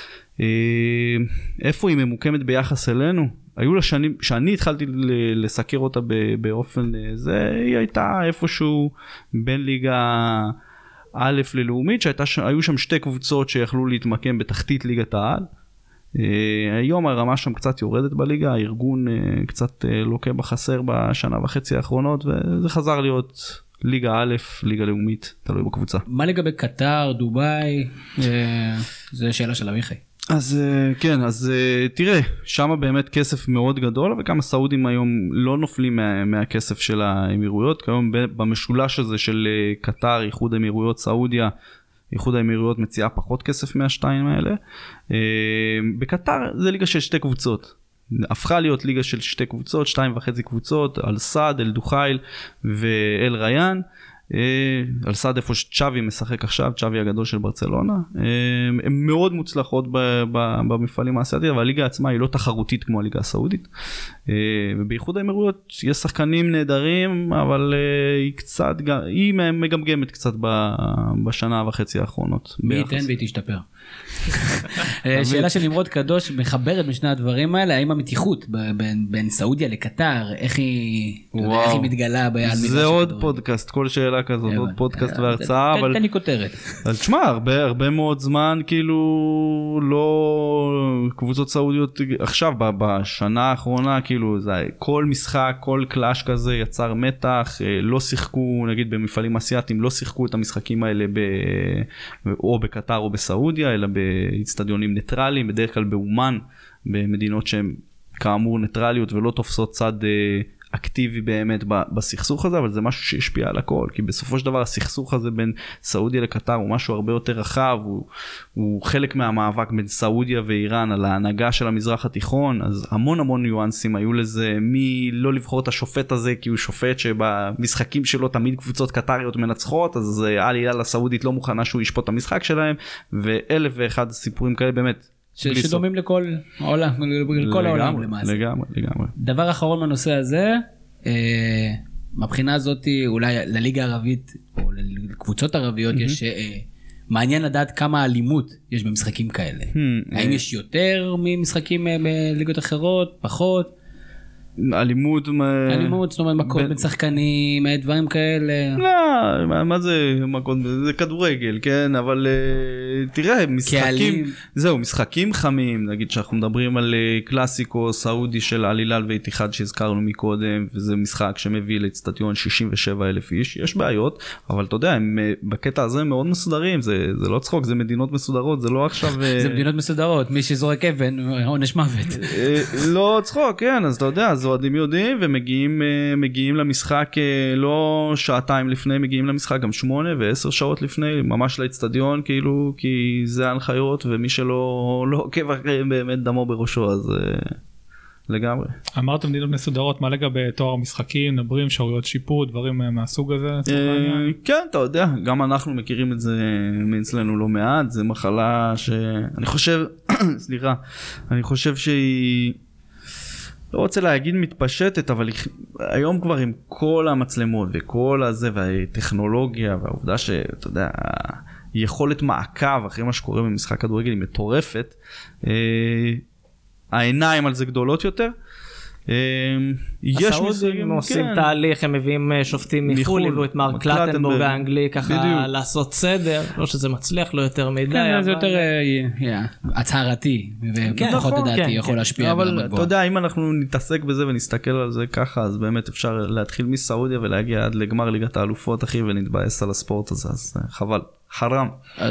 Speaker 4: איפה היא ממוקמת ביחס אלינו? היו לה שנים, שאני התחלתי לסקר אותה באופן זה, היא הייתה איפשהו בין ליגה א' ללאומית, שהיו שם שתי קבוצות שיכלו להתמקם בתחתית ליגת העל. היום הרמה שם קצת יורדת בליגה, הארגון קצת לוקה בחסר בשנה וחצי האחרונות, וזה חזר להיות ליגה א', ליגה לאומית, תלוי בקבוצה.
Speaker 1: מה לגבי קטר, דובאי? זה שאלה של אביחי.
Speaker 4: אז כן, אז תראה, שם באמת כסף מאוד גדול, וגם הסעודים היום לא נופלים מהכסף של האמירויות, כיום במשולש הזה של קטר, איחוד האמירויות, סעודיה, איחוד האמירויות מציעה פחות כסף מהשתיים האלה. בקטר זה ליגה של שתי קבוצות. הפכה להיות ליגה של שתי קבוצות, 2.5 קבוצות, אל סעד, אל דוחייל ואל ריאן. אל סעד איפה שצ'אבי משחק עכשיו, צ'אבי הגדול של ברצלונה. הן מאוד מוצלחות במפעלים האסייתיים, אבל הליגה עצמה היא לא תחרותית כמו הליגה הסעודית. ובייחוד האמירויות יש שחקנים נהדרים, אבל היא מגמגמת קצת בשנה וחצי האחרונות.
Speaker 1: מי ייתן והיא תשתפר. שאלה של נמרוד קדוש מחברת משני הדברים האלה, האם המתיחות בין סעודיה לקטר, איך היא מתגלה?
Speaker 4: זה עוד פודקאסט, כל שאלה שאלה כזאת, עוד פודקאסט והרצאה, אבל...
Speaker 1: תן לי כותרת.
Speaker 4: אז תשמע, הרבה מאוד זמן, כאילו, לא... קבוצות סעודיות, עכשיו, בשנה האחרונה, כאילו, זה כל משחק, כל קלאש כזה יצר מתח, לא שיחקו, נגיד במפעלים אסיאטיים, לא שיחקו את המשחקים האלה או בקטר או בסעודיה, אלא באצטדיונים ניטרליים, בדרך כלל באומן, במדינות שהן כאמור ניטרליות ולא תופסות צד אקטיבי באמת בסכסוך הזה, אבל זה משהו שהשפיע על הכל, כי בסופו של דבר הסכסוך הזה בין סעודיה לקטר הוא משהו הרבה יותר רחב, הוא חלק מהמאבק בין סעודיה ואיראן על ההנהגה של המזרח התיכון, אז המון ניואנסים היו לזה, מי לא לבחור את השופט הזה, כי הוא שופט שבמשחקים שלו תמיד קבוצות קטריות מנצחות, אז אל הילל הסעודית לא מוכנה שהוא ישפוט את המשחק שלהם, ואלף ואחד סיפורים כאלה באמת,
Speaker 1: שדומים לכל העולם, לכל העולם למעשה.
Speaker 4: לגמרי.
Speaker 1: דבר אחרון בנושא הזה, מבחינה הזאת אולי לליגה הערבית או לקבוצות ערביות יש מעניין לדעת כמה אלימות יש במשחקים כאלה. האם יש יותר ממשחקים בליגות אחרות, פחות?
Speaker 4: אלימות,
Speaker 1: זאת אומרת מכות בין שחקנים, דברים כאלה.
Speaker 4: לא, מה זה מכות? זה כדורגל, כן, אבל תראה, משחקים חמים, נגיד שאנחנו מדברים על קלאסיקו סעודי של אל הילל ואיתיחאד שהזכרנו מקודם, וזה משחק שמביא לאצטדיון 67,000 איש, יש בעיות, אבל אתה יודע, הם בקטע הזה מאוד מסודרים, זה לא צחוק, זה מדינות מסודרות, זה לא עכשיו...
Speaker 1: זה מדינות מסודרות, מי שזורק אבן, עונש מוות.
Speaker 4: לא צחוק, כן, אז אתה יודע, אז אוהדים יודעים ומגיעים למשחק לא שעתיים לפני, מגיעים למשחק גם 8 ו10 שעות לפני, ממש לאצטדיון, כאילו, כי זה ההנחיות, ומי שלא עוקב אחריהם באמת דמו בראשו, אז לגמרי.
Speaker 3: אמרת מדינות מסודרות, מה לגבי תואר המשחקים, נברים, שעוריות שיפוט, דברים מהסוג הזה?
Speaker 4: כן, אתה יודע, גם אנחנו מכירים את זה מאצלנו לא מעט, זה מחלה שאני חושב, סליחה, אני חושב שהיא... לא רוצה להגיד מתפשטת, אבל היום כבר עם כל המצלמות וכל הזה והטכנולוגיה והעובדה שאתה יודע, יכולת מעקב אחרי מה שקורה במשחק כדורגל היא מטורפת, העיניים על זה גדולות יותר.
Speaker 5: הסעודים עושים תהליך, הם מביאים שופטים מחול, הביאו את מרק קלטנבורג האנגלי ככה לעשות סדר, לא שזה מצליח, לא יותר מדי.
Speaker 1: כן, זה יותר הצהרתי, ופחות לדעתי יכול להשפיע.
Speaker 4: אבל אתה יודע, אם אנחנו נתעסק בזה ונסתכל על זה ככה, אז באמת אפשר להתחיל מסעודיה ולהגיע עד לגמר ליגת האלופות, אחי, ונתבאס על הספורט הזה, אז חבל, חרם.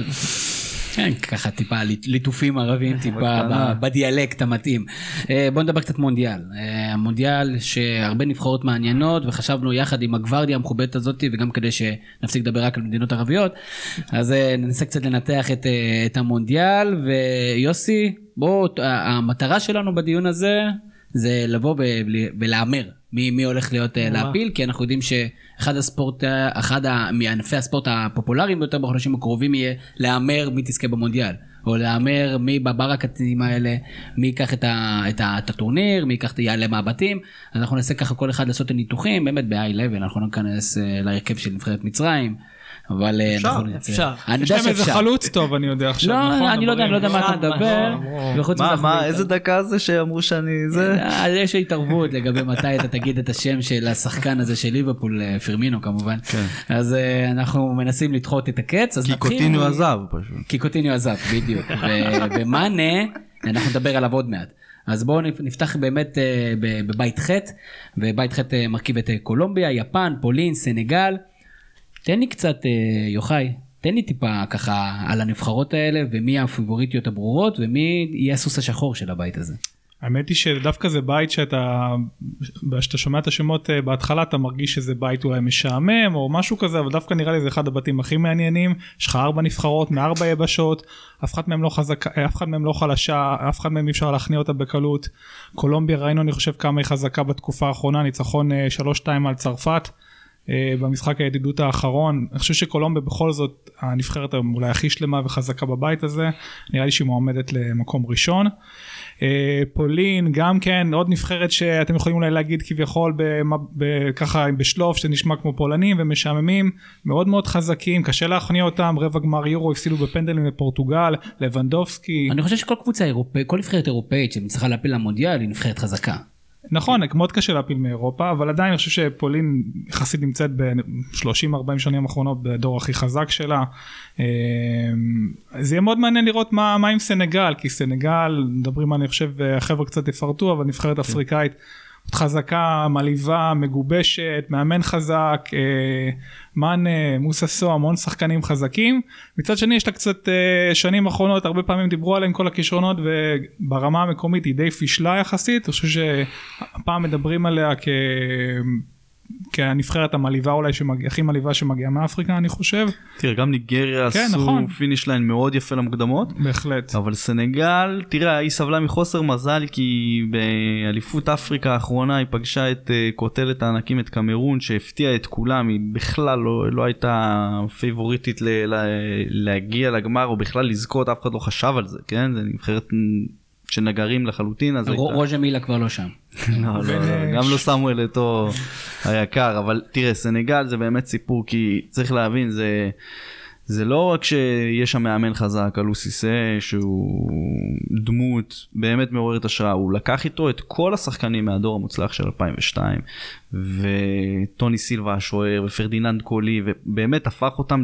Speaker 1: כן, ככה טיפה ליטופים ערבים, טיפה בדיאלקט המתאים. בואו נדבר קצת מונדיאל. המונדיאל שהרבה נבחרות מעניינות, וחשבנו יחד עם הגוורדיה המכובדת הזאת, וגם כדי שנפסיק לדבר רק על מדינות ערביות, אז ננסה קצת לנתח את המונדיאל, ויוסי, בואו, המטרה שלנו בדיון הזה, זה לבוא ולאמר מי הולך להיות להפיל, כי אנחנו יודעים אחד מענפי הספורט הפופולריים ביותר בחודשים הקרובים יהיה לאמר מי תזכה במונדיאל, או לאמר מי בברקתים האלה, מי ייקח את הטורניר, מי ייקח יעלה מהבתים. אז אנחנו נעשה ככה כל אחד לעשות את הניתוחים, באמת ב-high level, אנחנו לא ניכנס להרכב של נבחרת מצרים, אבל
Speaker 5: אפשר.
Speaker 3: יש להם איזה חלוץ טוב, אני יודע עכשיו.
Speaker 1: לא, אני לא יודע מה אתה מדבר.
Speaker 4: מה, איזה דקה זה שאמרו שאני זה?
Speaker 1: יש התערבות לגבי מתי אתה תגיד את השם של השחקן הזה של ליברפול, פרמינו כמובן. אז אנחנו מנסים לדחות את הקץ.
Speaker 4: כי קוטיניו עזב פשוט.
Speaker 1: כי קוטיניו עזב, בדיוק. ומאנה, אנחנו נדבר עליו עוד מעט. אז בואו נפתח באמת בבית ח', ובית ח' מרכיב את קולומביה, יפן, פולין, סנגל. תן לי קצת, יוחאי, תן לי טיפה ככה על הנבחרות האלה, ומי הפיבוריטיות הברורות, ומי יהיה הסוס השחור של הבית הזה.
Speaker 3: האמת היא שדווקא זה בית שאתה שומע את השמות בהתחלה, אתה מרגיש שזה בית אולי משעמם, או משהו כזה, אבל דווקא נראה לי זה אחד הבתים הכי מעניינים, יש לך 4 נבחרות, מ4 יבשות, אף אחד מהם לא חזקה, אף אחד מהם לא חלשה, אף אחד מהם אי אפשר להכניע אותה בקלות. קולומביה ראינו, אני חושב, כמה היא חזקה בתקופה האחרונה, ניצחון 3-2 על צרפת, במשחק הידידות האחרון. אני חושב שקולומביה בכל זאת הנבחרת אולי הכי שלמה וחזקה בבית הזה, נראה לי שהיא מועמדת למקום ראשון. פולין גם כן עוד נבחרת שאתם יכולים אולי להגיד כביכול ככה בשלוף שנשמע כמו פולנים ומשעממים, מאוד מאוד חזקים, קשה להכניע אותם, רבע גמר יורו הפסידו בפנדלים לפורטוגל, לבנדובסקי.
Speaker 1: אני חושב שכל קבוצה אירופאית, כל נבחרת אירופאית שמצליחה להפיל למונדיאל היא נבחרת חזקה.
Speaker 3: נכון, מאוד קשה להפיל מאירופה, אבל עדיין אני חושב שפולין יחסית נמצאת ב-30-40 שנים האחרונות בדור הכי חזק שלה. זה יהיה מאוד מעניין לראות מה עם סנגל, כי סנגל, מדברים אני חושב, החבר'ה קצת יפרטו, אבל נבחרת אפריקאית, חזקה, מליבה, מגובשת, מאמן חזק, מאנה, מוססו, המון שחקנים חזקים. מצד שני יש לה קצת שנים האחרונות, הרבה פעמים דיברו עליהם כל הכישרונות, וברמה המקומית היא די פישלה יחסית. אני חושב שהפעם מדברים עליה כנבחרת המליבה אולי הכי מליבה שמגיעה מאפריקה, אני חושב.
Speaker 4: תראה, גם ניגריה עשו פיניש ליין מאוד יפה למוקדמות.
Speaker 3: בהחלט.
Speaker 4: אבל סנגל, תראה, היא סבלה מחוסר מזל, כי באליפות אפריקה האחרונה היא פגשה את קוטלת הענקים, את קמרון, שהפתיעה את כולם. היא בכלל לא הייתה פייבוריטית להגיע לגמר, או בכלל לזכות, אף אחד לא חשב על זה, כן? זה נבחרת שנגרים לחלוטין.
Speaker 1: רוז'ה מילה כבר לא שם.
Speaker 4: גם לא סמואל אתו היקר, אבל תראה, סנגל זה באמת סיפור, כי צריך להבין, זה לא רק שיש שם מאמן חזק, אלוסיסה, שהוא דמות באמת מעוררת השראה, הוא לקח איתו את כל השחקנים מהדור המוצלח של 2002, וטוני סילבה השוער, ופרדיננד קולי, ובאמת הפך אותם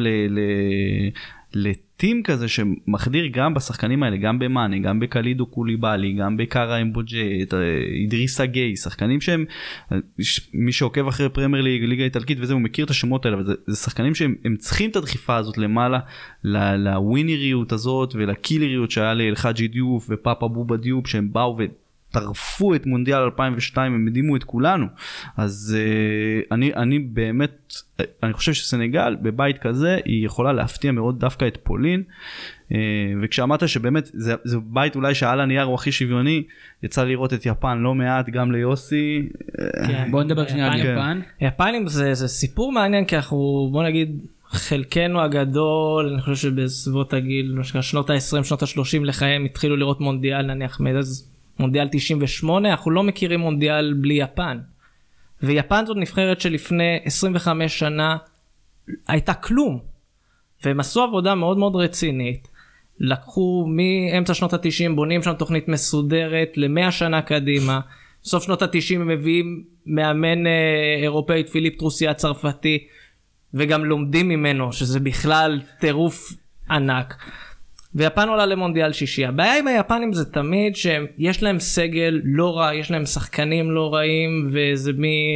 Speaker 4: לטים כזה שמחדיר גם בשחקנים האלה, גם במאנה, גם בקלידו קוליבאלי, גם בקארה אמבוג'ה, אידריסה גיי, שחקנים שהם, מי שעוקב אחרי פרמייר ליג, ליגה איטלקית וזה, הוא מכיר את השמות האלה, אבל זה שחקנים שהם צריכים את הדחיפה הזאת למעלה, לווינריות הזאת ולקילריות שהיה לאלחאג'י דיוף ופאפה בובה דיוף, שהם באו טרפו את מונדיאל 2002, הם מדימו את כולנו. אז אני באמת, אני חושב שסנגל בבית כזה היא יכולה להפתיע מאוד דווקא את פולין, וכשאמרת שבאמת זה בית אולי שעל הנייר הוא הכי שוויוני, יצא לראות את יפן לא מעט, גם ליוסי.
Speaker 1: בוא נדבר שנייה על יפן.
Speaker 5: יפנים זה סיפור מעניין, כי אנחנו בוא נגיד חלקנו הגדול, אני חושב שבסביבות הגיל שנות ה-20, שנות ה-30 לחיים התחילו לראות מונדיאל, נניח מונדיאל 98, אנחנו לא מכירים מונדיאל בלי יפן. ויפן זאת נבחרת שלפני 25 שנה הייתה כלום. והם עשו עבודה מאוד מאוד רצינית. לקחו מאמצע שנות ה-90, בונים שם תוכנית מסודרת ל-100 שנה קדימה. בסוף שנות ה-90 הם מביאים מאמן אירופאי, פיליפ טרוסיה הצרפתי, וגם לומדים ממנו, שזה בכלל טירוף ענק. ויפן עולה למונדיאל שישי. הבעיה עם היפנים זה תמיד שיש להם סגל לא רע, יש להם שחקנים לא רעים, וזה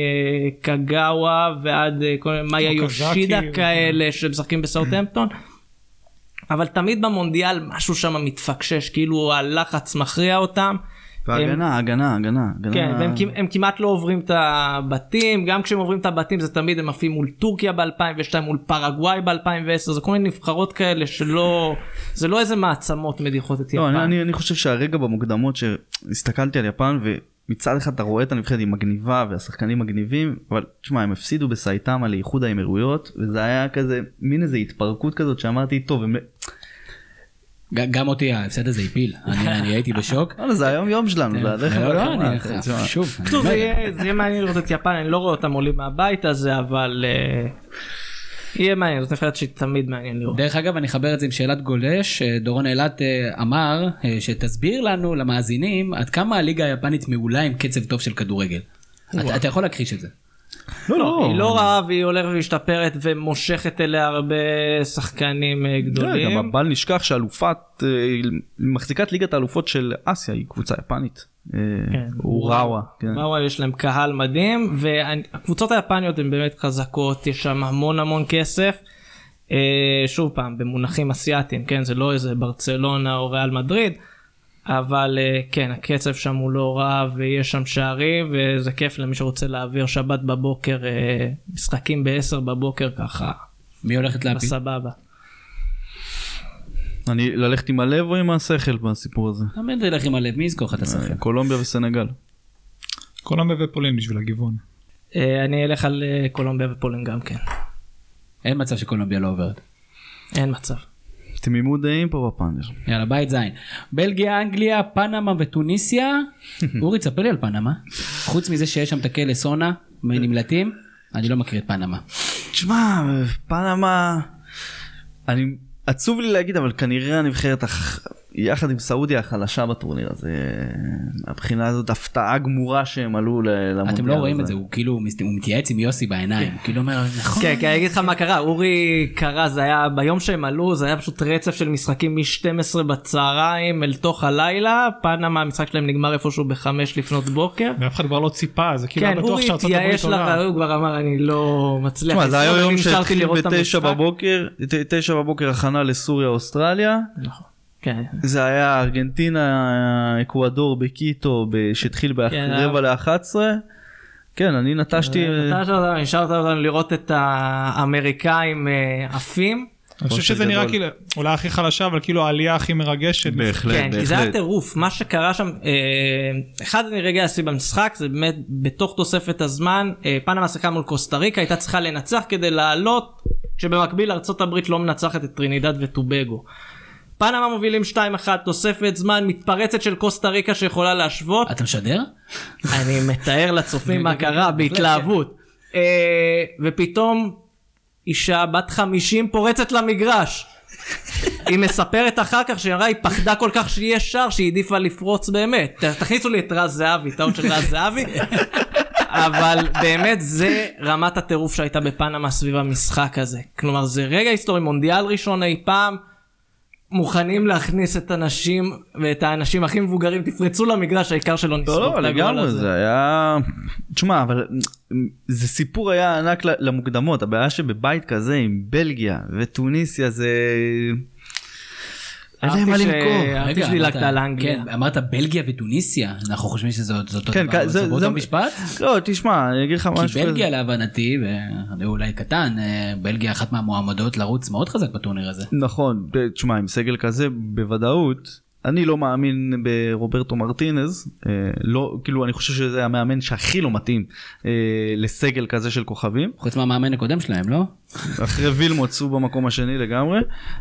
Speaker 5: מקגאווה ועד מאיה יושידה כאלה שמשחקים בסאות'המפטון. אבל תמיד במונדיאל משהו שם מתפקשש, כאילו הלחץ מכריע אותם.
Speaker 4: והגנה.
Speaker 5: כן, והם כמעט לא עוברים את הבתים, גם כשהם עוברים את הבתים זה תמיד הם עפים מול טורקיה ב-2002, מול פרגוואי ב-2010, זה כל מיני נבחרות כאלה שלא, זה לא איזה מעצמות מדיחות את יפן.
Speaker 4: לא, אני חושב שהרגע במוקדמות שהסתכלתי על יפן, ומצד אחד אתה רואה את הנבחרת היא מגניבה והשחקנים מגניבים, אבל תשמע, הם הפסידו בסייטמה לאיחוד האמירויות, וזה היה כזה, מין איזו התפרקות כזאת שאמרתי, טוב,
Speaker 1: גם אותי ההפסד הזה הפיל, אני הייתי בשוק.
Speaker 4: זה היום יום שלנו,
Speaker 1: שוב.
Speaker 5: זה יהיה מעניין לראות את יפן, אני לא רואה אותם עולים מהבית הזה, אבל יהיה מעניין, זאת נבחרת שתמיד מעניין לראות.
Speaker 1: דרך אגב, אני אחבר את זה עם שאלת גולש, דורון אילת אמר שתסביר לנו, למאזינים, עד כמה הליגה היפנית מעולה עם קצב טוב של כדורגל. אתה יכול להכחיש את זה.
Speaker 5: לא, היא לא רעה והיא הולכת ומשתפרת ומושכת אליה הרבה שחקנים גדולים.
Speaker 4: גם בל נשכח שאלופת, מחזיקת ליגת האלופות של אסיה היא קבוצה יפנית. אוראווה.
Speaker 5: אוראווה יש להם קהל מדהים, והקבוצות היפניות הן באמת חזקות, יש שם המון כסף. שוב פעם, במונחים אסיאטיים, כן, זה לא איזה ברצלונה או ריאל מדריד, אבל כן, הקצב שם הוא לא רע ויש שם שערים, וזה כיף למי שרוצה להעביר שבת בבוקר, משחקים ב-10 בבוקר ככה.
Speaker 1: מי הולכת להפיל?
Speaker 5: בסבבה.
Speaker 4: אני ללכת עם הלב או עם השכל בסיפור הזה?
Speaker 1: תמיד ללכת עם הלב, מי יזכור לך את השכל?
Speaker 4: קולומביה וסנגל.
Speaker 3: קולומביה ופולין בשביל הגיוון.
Speaker 5: אני אלך על קולומביה ופולין גם כן.
Speaker 1: אין מצב שקולומביה לא עוברת.
Speaker 5: אין מצב.
Speaker 4: תמימות דעים פה בפאנל.
Speaker 1: יאללה, בית זין. בלגיה, אנגליה, פנמה וטוניסיה. אורי, תספר לי על פנמה. חוץ מזה שיש שם את הכלא סונה, נמלטים, אני לא מכיר את פנמה.
Speaker 4: תשמע, פנמה, עצוב לי להגיד, אבל כנראה הנבחרת יחד עם סעודיה החלשה בטורניר הזה, הבחינה הזאת הפתעה גמורה שהם עלו למונדיאל הזה.
Speaker 1: אתם לא רואים את זה, הוא כאילו, הוא מתייעץ עם יוסי בעיניים, הוא כאילו אומר, נכון.
Speaker 5: כן, כי אני אגיד לך מה קרה, אורי קרא, זה היה, ביום שהם עלו, זה היה פשוט רצף של משחקים מ-12 בצהריים אל תוך הלילה, פנמה, המשחק שלהם נגמר איפשהו ב-5 לפנות בוקר.
Speaker 3: ואף אחד כבר לא ציפה, זה כאילו
Speaker 5: כן,
Speaker 3: בטוח
Speaker 5: אורי
Speaker 3: שארצות הברית
Speaker 5: התייאש
Speaker 3: עולה.
Speaker 5: הוא כבר אמר, אני לא מצליח.
Speaker 4: תשמע, זה היה יום
Speaker 5: נשארתי
Speaker 4: שהתחיל
Speaker 5: לראות את
Speaker 4: ב-9
Speaker 5: המשחק.
Speaker 4: בבוקר, 9 בבוקר הכנה לסוריה, אוסטרליה.
Speaker 5: נכון. כן.
Speaker 4: זה היה ארגנטינה, אקוודור בקיטו, שהתחיל ב-10:45. כן, אני נטשתי...
Speaker 5: נשארת אותנו לראות את האמריקאים עפים.
Speaker 3: אני חושב שזה נראה כאילו, אולי הכי חלשה, אבל כאילו העלייה הכי מרגשת.
Speaker 4: בהחלט,
Speaker 5: כן, כי זה היה
Speaker 4: בהחלט.
Speaker 5: טירוף, מה שקרה שם, אחד מרגעי השיא במשחק, זה באמת בתוך תוספת הזמן, פנמה שיחקה מול קוסטה ריקה, הייתה צריכה לנצח כדי לעלות, כשבמקביל ארצות הברית לא מנצחת את טרינידד וטובגו. פנמה מובילים 2-1, תוספת זמן, מתפרצת של קוסטה ריקה שיכולה להשוות.
Speaker 1: אתה משדר?
Speaker 5: אני מתאר לצופים מה קרה בהתלהבות. ופתאום אישה בת 50 פורצת למגרש. היא מספרת אחר כך שהיא פחדה כל כך שיהיה שער שהיא העדיפה לפרוץ באמת. תכניסו לי את רז זהבי, טעות של רז זהבי. אבל באמת זה רמת הטירוף שהייתה בפנמה סביב המשחק הזה. כלומר זה רגע היסטורי, מונדיאל ראשון אי פעם. מוכנים להכניס את הנשים ואת האנשים הכי מבוגרים, תפרצו למגרש, העיקר שלא נשרוף את הגול הזה.
Speaker 4: לא, לגמרי, זה היה... תשמע, אבל זה סיפור היה ענק למוקדמות, הבעיה שבבית כזה עם בלגיה וטוניסיה זה... אין להם מה למכור.
Speaker 5: אהבתי שדילגת על אנגליה.
Speaker 1: כן, אמרת בלגיה וטוניסיה, אנחנו חושבים שזה אותו
Speaker 4: כן,
Speaker 1: דבר, זה באותו משפט?
Speaker 4: לא, תשמע, אני אגיד לך משהו
Speaker 1: כי בלגיה להבנתי, ואולי קטן, בלגיה אחת מהמועמדות לרוץ מאוד חזק בטורניר הזה.
Speaker 4: נכון, תשמע, עם סגל כזה בוודאות, אני לא מאמין ברוברטו מרטינז, לא, כאילו אני חושב שזה המאמן שהכי לא מתאים לסגל כזה של כוכבים.
Speaker 1: חוץ מהמאמן הקודם שלהם, לא?
Speaker 4: אחרי וילמוץ הוא במקום השני לגמרי.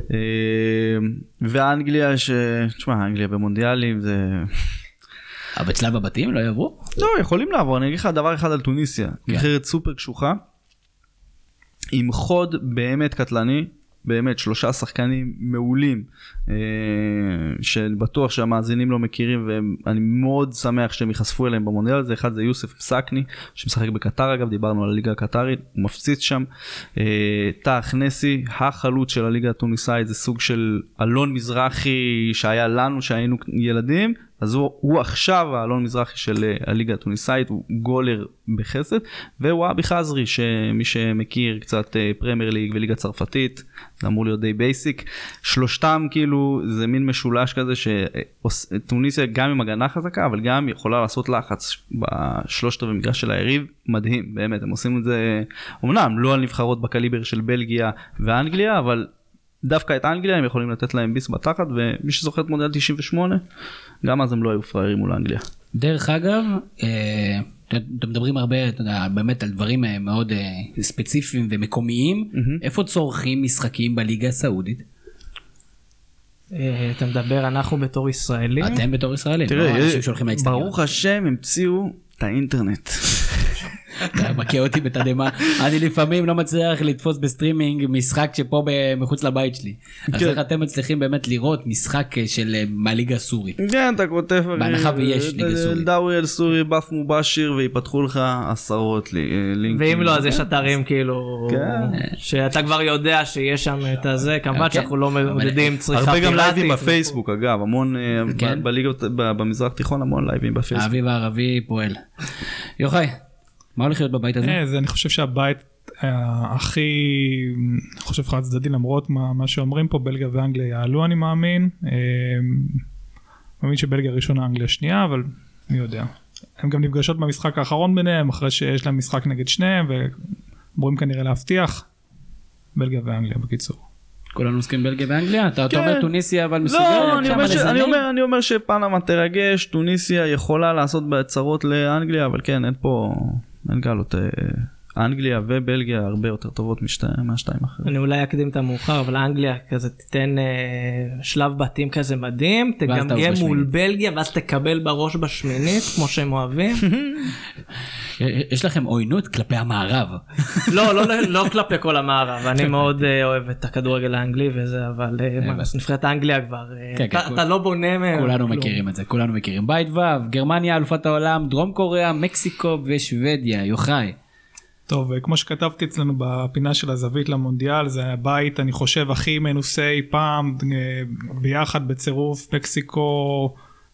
Speaker 4: ואנגליה, תשמע, אנגליה במונדיאלים זה...
Speaker 1: אבל אצלה בבתים לא יעברו?
Speaker 4: לא, יכולים לעבור, אני אגיד לך דבר אחד על טוניסיה. נבחרת סופר קשוחה, עם חוד באמת קטלני, באמת 3 שחקנים מעולים שבטוח שהמאזינים לא מכירים ואני מאוד שמח שהם יחשפו אליהם במונדיאל הזה. אחד זה יוסף פסקני שמשחק בקטר, אגב דיברנו על הליגה הקטרית, הוא מפציץ שם. תח נסי, החלוץ של הליגה הטוניסאית, זה סוג של אלון מזרחי שהיה לנו שהיינו ילדים, אז הוא עכשיו האלון מזרחי של הליגה הטוניסאית, הוא גולר בחסד, והוא אבי חזרי, שמי שמכיר קצת פרמייר ליג וליגה צרפתית, זה אמור להיות די בייסיק, שלושתם כאילו זה מין משולש כזה, שטוניסיה גם עם הגנה חזקה, אבל גם יכולה לעשות לחץ בשלושת במגרש של היריב, מדהים, באמת, הם עושים את זה, אמנם לא על נבחרות בקליבר של בלגיה ואנגליה, אבל דווקא את אנגליה הם יכולים לתת להם ביס בתחת, ומי שזוכר את מונדיאל 98, גם אז הם לא היו פראיירים מול אנגליה.
Speaker 1: דרך אגב, אתם מדברים הרבה, באמת על דברים מאוד ספציפיים ומקומיים, איפה צורכים משחקים בליגה הסעודית?
Speaker 5: אתה מדבר, אנחנו בתור ישראלים?
Speaker 1: אתם בתור ישראלים,
Speaker 4: תראה,
Speaker 1: לאצטדיון.
Speaker 4: ברוך השם המציאו את האינטרנט.
Speaker 1: אתה מכה אותי בתדמה, אני לפעמים לא מצליח לתפוס בסטרימינג משחק שפה מחוץ לבית שלי. אז איך אתם מצליחים באמת לראות משחק של מהליגה הסורית?
Speaker 4: כן, אתה כותב
Speaker 1: בהנחה ויש ליגה סורית.
Speaker 4: דאורי אל סורי, באף מובשיר, ויפתחו לך עשרות לינקים.
Speaker 5: ואם לא, אז יש אתרים כאילו, שאתה כבר יודע שיש שם את הזה, כמובן שאנחנו לא מודדים צריכה פיראטית.
Speaker 4: הרבה גם לייבים בפייסבוק, אגב, המון בליגות, במזרח תיכון, המון לייבים בפייסבוק.
Speaker 1: האביב הערבי פועל. יוחאי, מה הולך להיות בבית הזה?
Speaker 3: אני חושב שהבית הכי, אני חושב חד צדדי, למרות מה שאומרים פה, בלגיה ואנגליה יעלו, אני מאמין. מאמין שבלגיה ראשונה, אנגליה שנייה, אבל מי יודע. הם גם נפגשות במשחק האחרון ביניהם, אחרי שיש להם משחק נגד שניהם, ואומרים כנראה להבטיח, בלגיה ואנגליה בקיצור.
Speaker 1: כולנו עוסקים בלגיה ואנגליה? אתה אומר טוניסיה אבל מסוגלת?
Speaker 4: לא, אני אומר שפנמה תרגש, טוניסיה יכולה לעשות בהצהרות לאנגליה, אבל כן, אין פה, אין קלות אנגליה ובלגיה הרבה יותר טובות מהשתיים אחרים.
Speaker 5: אני אולי אקדים את המאוחר, אבל אנגליה כזה תיתן שלב בתים כזה מדהים, תגמגם מול בלגיה, ואז תקבל בראש בשמינית, כמו שהם אוהבים.
Speaker 1: יש לכם עוינות כלפי המערב.
Speaker 5: לא כלפי כל המערב, אני מאוד אוהב את הכדורגל האנגלי וזה, אבל נבחרת אנגליה כבר, אתה לא בונה מהם.
Speaker 1: כולנו מכירים את זה, כולנו מכירים. בית ו', גרמניה, אלופת העולם, דרום קוריאה, מקסיקו ושוודיה. יוחאי.
Speaker 3: טוב, כמו שכתבתי אצלנו בפינה של הזווית למונדיאל, זה הבית, אני חושב, הכי מנוסה אי פעם, ביחד בצירוף, מקסיקו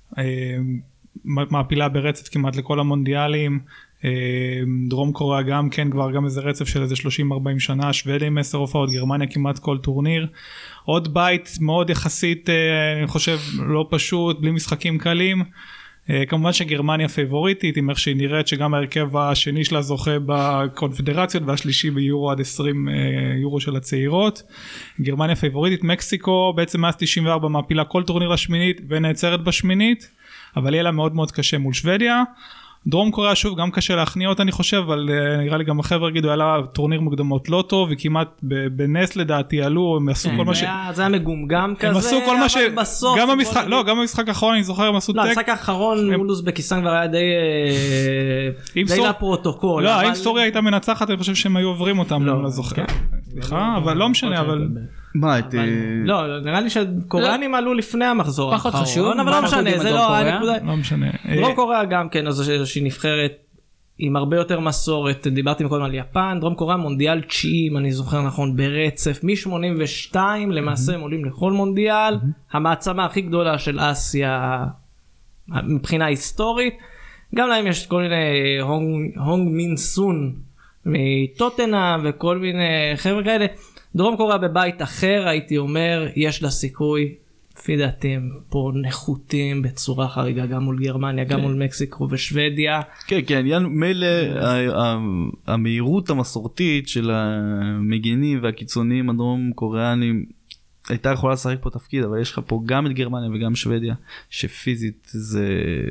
Speaker 3: מעפילה ברצף כמעט לכל המונדיאלים, דרום קוריאה גם כן, כבר גם איזה רצף של איזה 30-40 שנה, שוודיה עם 10 הופעות, גרמניה כמעט כל טורניר, עוד בית מאוד יחסית, אני חושב, לא פשוט, בלי משחקים קלים, כמובן שגרמניה פייבוריטית, עם איך שהיא נראית שגם ההרכב השני שלה זוכה בקונפדרציות והשלישי ביורו עד 20 יורו של הצעירות. גרמניה פייבוריטית, מקסיקו בעצם מאז 94 מעפילה כל טורניר לשמינית ונעצרת בשמינית, אבל יהיה לה מאוד מאוד קשה מול שוודיה. דרום קוריאה שוב גם קשה להכניע אותה אני חושב, אבל נראה לי גם החבר'ה יגידו, היה לה טורניר מוקדמות לא טוב, וכמעט בנס לדעתי עלו, הם עשו כל מה ש...
Speaker 5: זה היה מגומגם כזה,
Speaker 3: הם עשו כל מה ש...
Speaker 5: בסוף...
Speaker 3: גם במשחק האחרון אני זוכר, הם עשו טק...
Speaker 5: לא, המשחק האחרון מול אוזבקיסטן כבר היה די לפרוטוקול.
Speaker 3: לא, אם סוריה הייתה מנצחת, אני חושב שהם היו עוברים אותם, אני לא זוכר. סליחה, אבל לא משנה, אבל...
Speaker 4: מה,
Speaker 5: לא, נראה לי שקוריאנים עלו לפני המחזור
Speaker 1: פחות חשוב,
Speaker 5: אבל לא משנה, זה לא הנקודה.
Speaker 3: לא משנה.
Speaker 5: דרום קוריאה גם כן, אז שהיא נבחרת עם הרבה יותר מסורת, דיברתי מקודם על יפן, דרום קוריאה מונדיאל 9, אם אני זוכר נכון, ברצף, מ-82 למעשה הם עולים לכל מונדיאל, המעצמה הכי גדולה של אסיה מבחינה היסטורית, גם להם יש כל מיני הונג מין סון מטוטנהאם וכל מיני חבר'ה כאלה, דרום קוריאה בבית אחר, הייתי אומר, יש לה סיכוי, לפי דעתי הם פה נחותים בצורה חריגה, גם מול גרמניה, גם מול מקסיקו ושוודיה.
Speaker 4: כן, כן, מילא המהירות המסורתית של המגינים והקיצוניים הדרום קוריאנים, הייתה יכולה לשחק פה תפקיד, אבל יש לך פה גם את גרמניה וגם שוודיה, שפיזית זה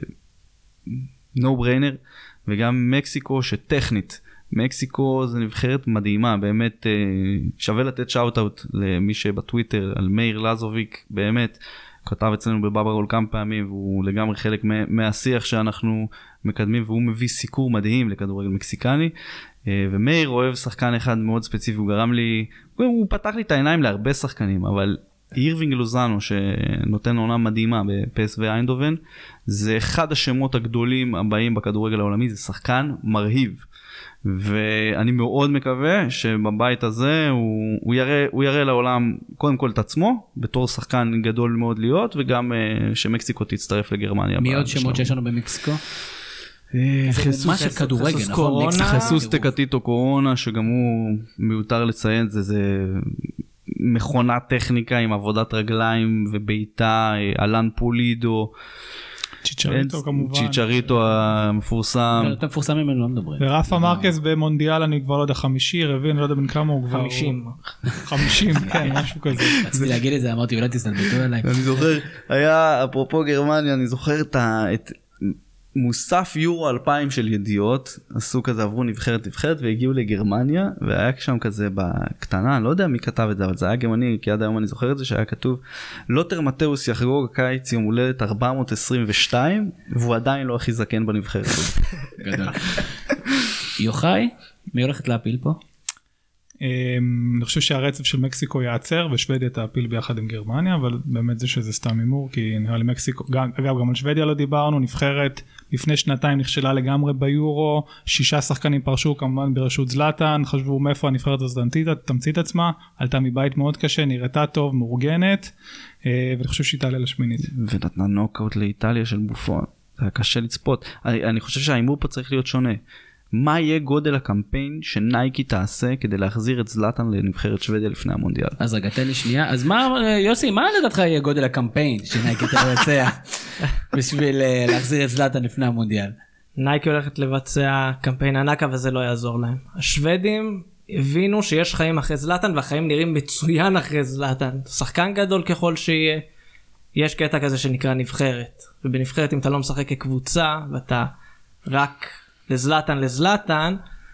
Speaker 4: no brainer, וגם מקסיקו שטכנית, מקסיקו זה נבחרת מדהימה, באמת שווה לתת שאוט-אוט למי שבטוויטר, על מאיר לזוביק, באמת, כתב אצלנו בבאברול כמה פעמים, והוא לגמרי חלק מהשיח שאנחנו מקדמים, והוא מביא סיקור מדהים לכדורגל מקסיקני, ומאיר אוהב שחקן אחד מאוד ספציפי, הוא גרם לי, הוא פתח לי את העיניים להרבה שחקנים, אבל אירווינג לוזאנו, שנותן עונה מדהימה בפסו איינדובן, זה אחד השמות הגדולים הבאים בכדורגל העולמי, זה שחקן מרהיב. ואני מאוד מקווה שבבית הזה הוא יראה לעולם קודם כל את עצמו בתור שחקן גדול מאוד להיות, וגם שמקסיקו תצטרף לגרמניה.
Speaker 1: מי עוד שמות שיש לנו במקסיקו?
Speaker 4: חיסוס טקטיטו קורונה, שגם הוא מיותר לציין, זה מכונת טכניקה עם עבודת רגליים וביתה, אלן פולידו,
Speaker 3: צ'יצ'ריטו כמובן.
Speaker 4: צ'יצ'ריטו המפורסם.
Speaker 1: אתם מפורסמים, הם לא מדברים.
Speaker 3: ורפה מרקס במונדיאל, אני כבר לא יודע, 50, רביעי, אני לא יודע בין כמה הוא כבר. 50, כן, משהו כזה.
Speaker 1: רציתי להגיד את זה, אמרתי, אולי תסתלבטו עליי.
Speaker 4: אני זוכר, היה, אפרופו גרמניה, אני זוכר את מוסף יורו 2000 של ידיעות, עשו כזה, עברו נבחרת והגיעו לגרמניה, והיה שם כזה בקטנה, אני לא יודע מי כתב את זה, אבל זה היה גרמני, כי עד היום אני זוכר את זה, שהיה כתוב, לוטר מתאוס יחגוג הקיץ יום הולדת 422, והוא עדיין לא הכי זקן בנבחרת.
Speaker 1: גדול. יוחאי, מי הולכת להפיל פה?
Speaker 3: אני חושב שהרצף של מקסיקו יעצר, ושוודיה תעפיל ביחד עם גרמניה, אבל באמת זה שזה סתם הימור, כי נראה לי מקסיקו, אגב גם על שוודיה לא דיברנו, נבחרת לפני שנתיים נכשלה לגמרי ביורו, 6 שחקנים פרשו כמובן בראשות זלאטן, חשבו מאיפה הנבחרת הזאת תמציא את עצמה, עלתה מבית מאוד קשה, נראתה טוב, מאורגנת, ואני חושב שהיא תעלה לשמינית.
Speaker 4: ונתנה נוקאוט לאיטליה של בופון, זה היה קשה לצפות, אני חושב שההימור פה צריך להיות שונה. מה יהיה גודל הקמפיין שנייקי תעשה כדי להחזיר את זלאטן לנבחרת שוודיה לפני המונדיאל?
Speaker 1: אז רגע, תן לי שנייה. אז מה, יוסי, מה לדעתך יהיה גודל הקמפיין שנייקי תבצע בשביל להחזיר את זלאטן לפני המונדיאל?
Speaker 5: נייקי הולכת לבצע קמפיין ענק, אבל זה לא יעזור להם. השוודים הבינו שיש חיים אחרי זלאטן, והחיים נראים מצוין אחרי זלאטן. שחקן גדול ככל שיהיה. יש קטע כזה שנקרא נבחרת. ובנבחרת אם אתה לא משחק כקבוצה, ואתה רק לזלאטן,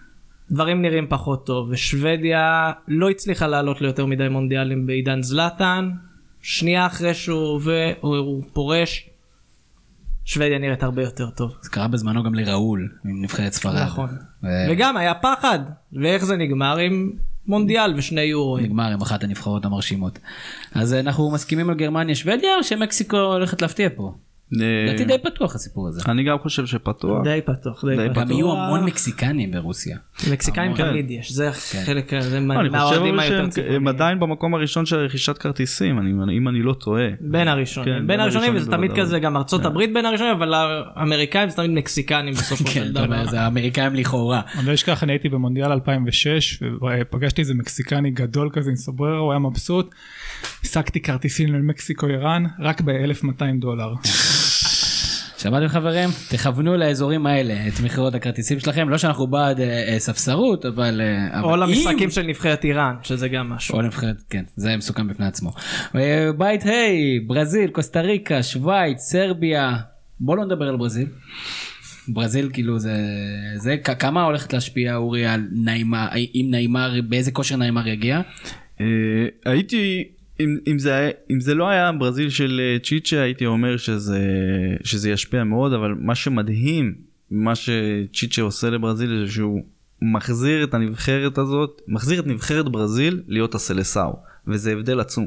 Speaker 5: דברים נראים פחות טוב, ושוודיה לא הצליחה לעלות ליותר מדי מונדיאלים בעידן זלאטן, שנייה אחרי שהוא פורש, שוודיה נראית הרבה יותר טוב.
Speaker 1: זה קרה בזמנו גם לראול, עם נבחרת ספרד.
Speaker 5: נכון. וגם היה פחד, ואיך זה נגמר עם מונדיאל ושני יורוים.
Speaker 1: נגמר עם אחת הנבחרות המרשימות. אז אנחנו מסכימים על גרמניה, שוודיה, או שמקסיקו הולכת להפתיע פה? לדעתי די פתוח הסיפור הזה.
Speaker 4: אני גם חושב שפתוח.
Speaker 5: די פתוח.
Speaker 1: גם יהיו המון מקסיקנים ברוסיה.
Speaker 5: מקסיקאים תמיד יש, זה חלק, זה
Speaker 4: אני
Speaker 5: מהאוהדים
Speaker 4: חושב
Speaker 5: היותר
Speaker 4: שהם
Speaker 5: צפונים.
Speaker 4: עדיין במקום הראשון של רכישת כרטיסים, אם אני לא טועה.
Speaker 5: בין הראשונים, בין הראשונים, וזה תמיד כזה, גם ארצות הברית בין הראשונים, אבל האמריקאים זה תמיד מקסיקנים בסופו של דבר.
Speaker 1: זה האמריקאים לכאורה.
Speaker 3: אני לא אשכח, אני הייתי במונדיאל 2006 ופגשתי איזה מקסיקני גדול כזה עם סובררו, הוא היה מבסוט, השגתי כרטיסים למקסיקו איראן רק $1,200.
Speaker 1: שמעתם חברים? תכוונו לאזורים האלה את מכירות הכרטיסים שלכם, לא שאנחנו בעד ספסרות, אבל...
Speaker 5: או למשחקים של נבחרת איראן, שזה גם משהו.
Speaker 1: או נבחרת, כן, זה מסוכן בפני עצמו. בית היי, ברזיל, קוסטה ריקה, שווייץ, סרביה, בואו לא נדבר על ברזיל. ברזיל כאילו זה כמה הולכת להשפיע אורי על ניימר, אם ניימר, באיזה כושר ניימר יגיע?
Speaker 4: הייתי... אם זה לא היה ברזיל של צ'יצ'ה, הייתי אומר שזה ישפיע מאוד, אבל מה שמדהים, מה שצ'יצ'ה עושה לברזיל, זה שהוא מחזיר את הנבחרת הזאת, מחזיר את נבחרת ברזיל להיות הסלסאו, וזה הבדל עצום,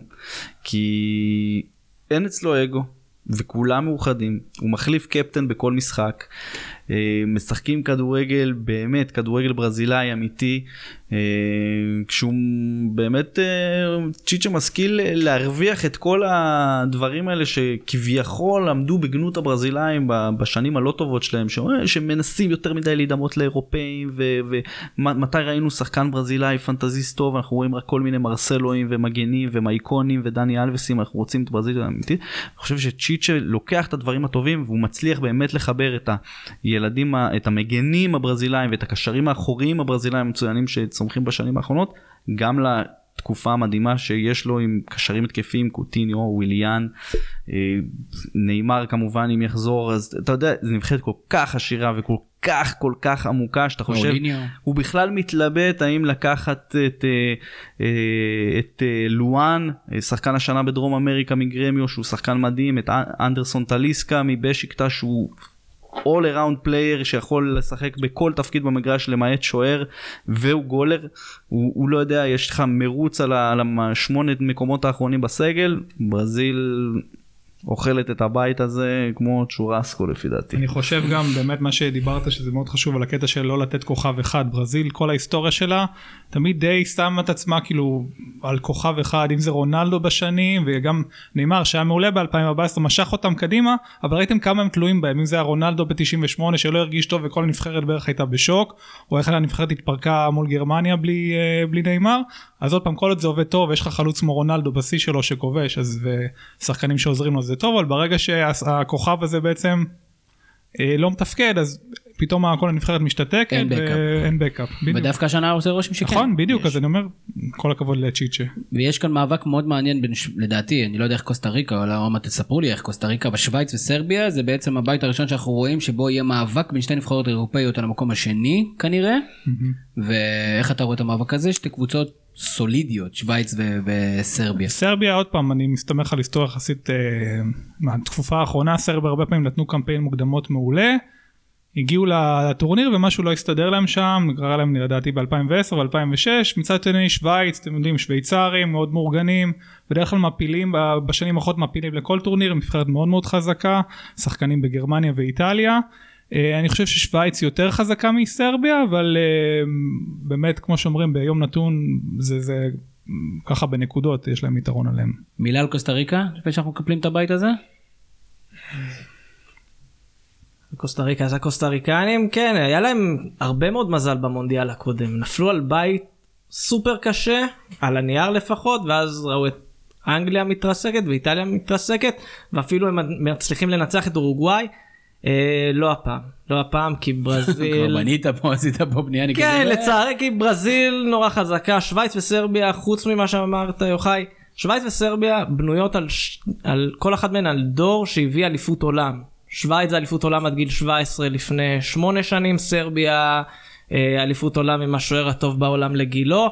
Speaker 4: כי אין אצלו אגו, וכולם מאוחדים, הוא מחליף קפטן בכל משחק, משחקים כדורגל, באמת כדורגל ברזילאי אמיתי, כשהוא באמת צ'יצ'ה משכיל להרוויח את כל הדברים האלה שכביכול עמדו בגנות הברזילאים בשנים הלא טובות שלהם, שמנסים יותר מדי להידמות לאירופאים, ומתי ראינו שחקן ברזילאי פנטזיסט טוב, אנחנו רואים רק כל מיני מרסלואים ומגנים ומייקונים ודני אלבסים, אנחנו רוצים את ברזיל האמיתית. אני חושב שצ'יצ'ה לוקח את הדברים הטובים והוא מצליח באמת לחבר את הילדים, את המגנים הברזילאים ואת הקשרים האחוריים הברזילאים המצוינים שצומחים בשנים האחרונות, גם לתקופה המדהימה שיש לו עם קשרים התקפיים, קוטיניו, וויליאן, ניימר כמובן אם יחזור, אז אתה יודע, זה נבחרת כל כך עשירה וכל כך עמוקה, שאתה חושב, הוא בכלל מתלבט האם לקחת את לואן, שחקן השנה בדרום אמריקה מגרמיו, שהוא שחקן מדהים, את אנדרסון טליסקה מבשיקטה, שהוא all around player שיכול לשחק בכל תפקיד במגרש למעט שוער, והוא גולר, הוא לא יודע, יש לך מרוץ על 8 מקומות האחרונים בסגל, ברזיל אוכלת את הבית הזה כמו צ'ורסקו לפי דעתי.
Speaker 3: אני חושב גם באמת מה שדיברת שזה מאוד חשוב על הקטע של לא לתת כוכב אחד. ברזיל כל ההיסטוריה שלה תמיד די שמה את עצמה כאילו על כוכב אחד, אם זה רונלדו בשנים וגם ניימר שהיה מעולה ב-2014 משך אותם קדימה, אבל ראיתם כמה הם תלויים בהם, אם זה היה רונלדו ב-98 שלא הרגיש טוב וכל הנבחרת בערך הייתה בשוק, או איך הנבחרת התפרקה מול גרמניה בלי ניימר, אז עוד פעם כל עוד זה עובד טוב, יש לך חלוץ כמו רונלדו בשיא שלו שכובש, אז ושחקנים שעוזרים לו זה טוב, אבל ברגע שהכוכב הזה בעצם לא מתפקד, אז פתאום כל הנבחרת משתתקת ואין בקאפ.
Speaker 1: ודווקא השנה עושה רושם שכן.
Speaker 3: נכון, בדיוק, אז אני אומר, כל הכבוד לצ'יצ'ה.
Speaker 1: ויש כאן מאבק מאוד מעניין, לדעתי, אני לא יודע איך קוסטה ריקה, או מה תספרו לי איך קוסטה ריקה, בשוויץ וסרביה, זה בעצם הבית הראשון שאנחנו רואים, שבו יהיה מאבק בין שתי נבחרות אירופאיות על המקום השני, כנראה, ואיך אתה רואה את המאבק הזה? שתי קבוצות סולידיות, שוויץ וסרביה.
Speaker 3: סרביה, עוד פעם, אני מסתמך על היסטוריה יחסית מהתקופה האחרונה, סרביה הרבה פעמים נתנו קמפיין מוקדמות מעולה, הגיעו לטורניר ומשהו לא הסתדר להם שם, קרה להם לדעתי ב-2010 ו-2006, מצד שני שוויץ, אתם יודעים, שוויצרים מאוד מאורגנים, בדרך כלל מפילים, בשנים האחרונות מפילים לכל טורניר, נבחרת מאוד מאוד חזקה, שחקנים בגרמניה ואיטליה, אני חושב ששוויץ יותר חזקה מסרביה, אבל באמת כמו שאומרים ביום נתון זה ככה בנקודות יש להם יתרון עליהם.
Speaker 1: מילה על קוסטה ריקה לפני שאנחנו מקפלים את הבית הזה?
Speaker 5: קוסטה ריקה, אז הקוסטה ריקנים, כן, היה להם הרבה מאוד מזל במונדיאל הקודם, נפלו על בית סופר קשה, על הנייר לפחות, ואז ראו את אנגליה מתרסקת ואיטליה מתרסקת, ואפילו הם מצליחים לנצח את אורוגוואי, לא הפעם, כי ברזיל...
Speaker 1: כבר בנית פה, עשית פה בנייה, אני
Speaker 5: כן, לצערי, כי ברזיל נורא חזקה, שוויץ וסרביה, חוץ ממה שאמרת יוחאי, שוויץ וסרביה בנויות על כל אחת מהן על דור שהביא אליפות עולם. שוויץ זה אליפות עולם עד גיל 17 לפני 8 שנים, סרביה אליפות עולם עם השוער הטוב בעולם לגילו.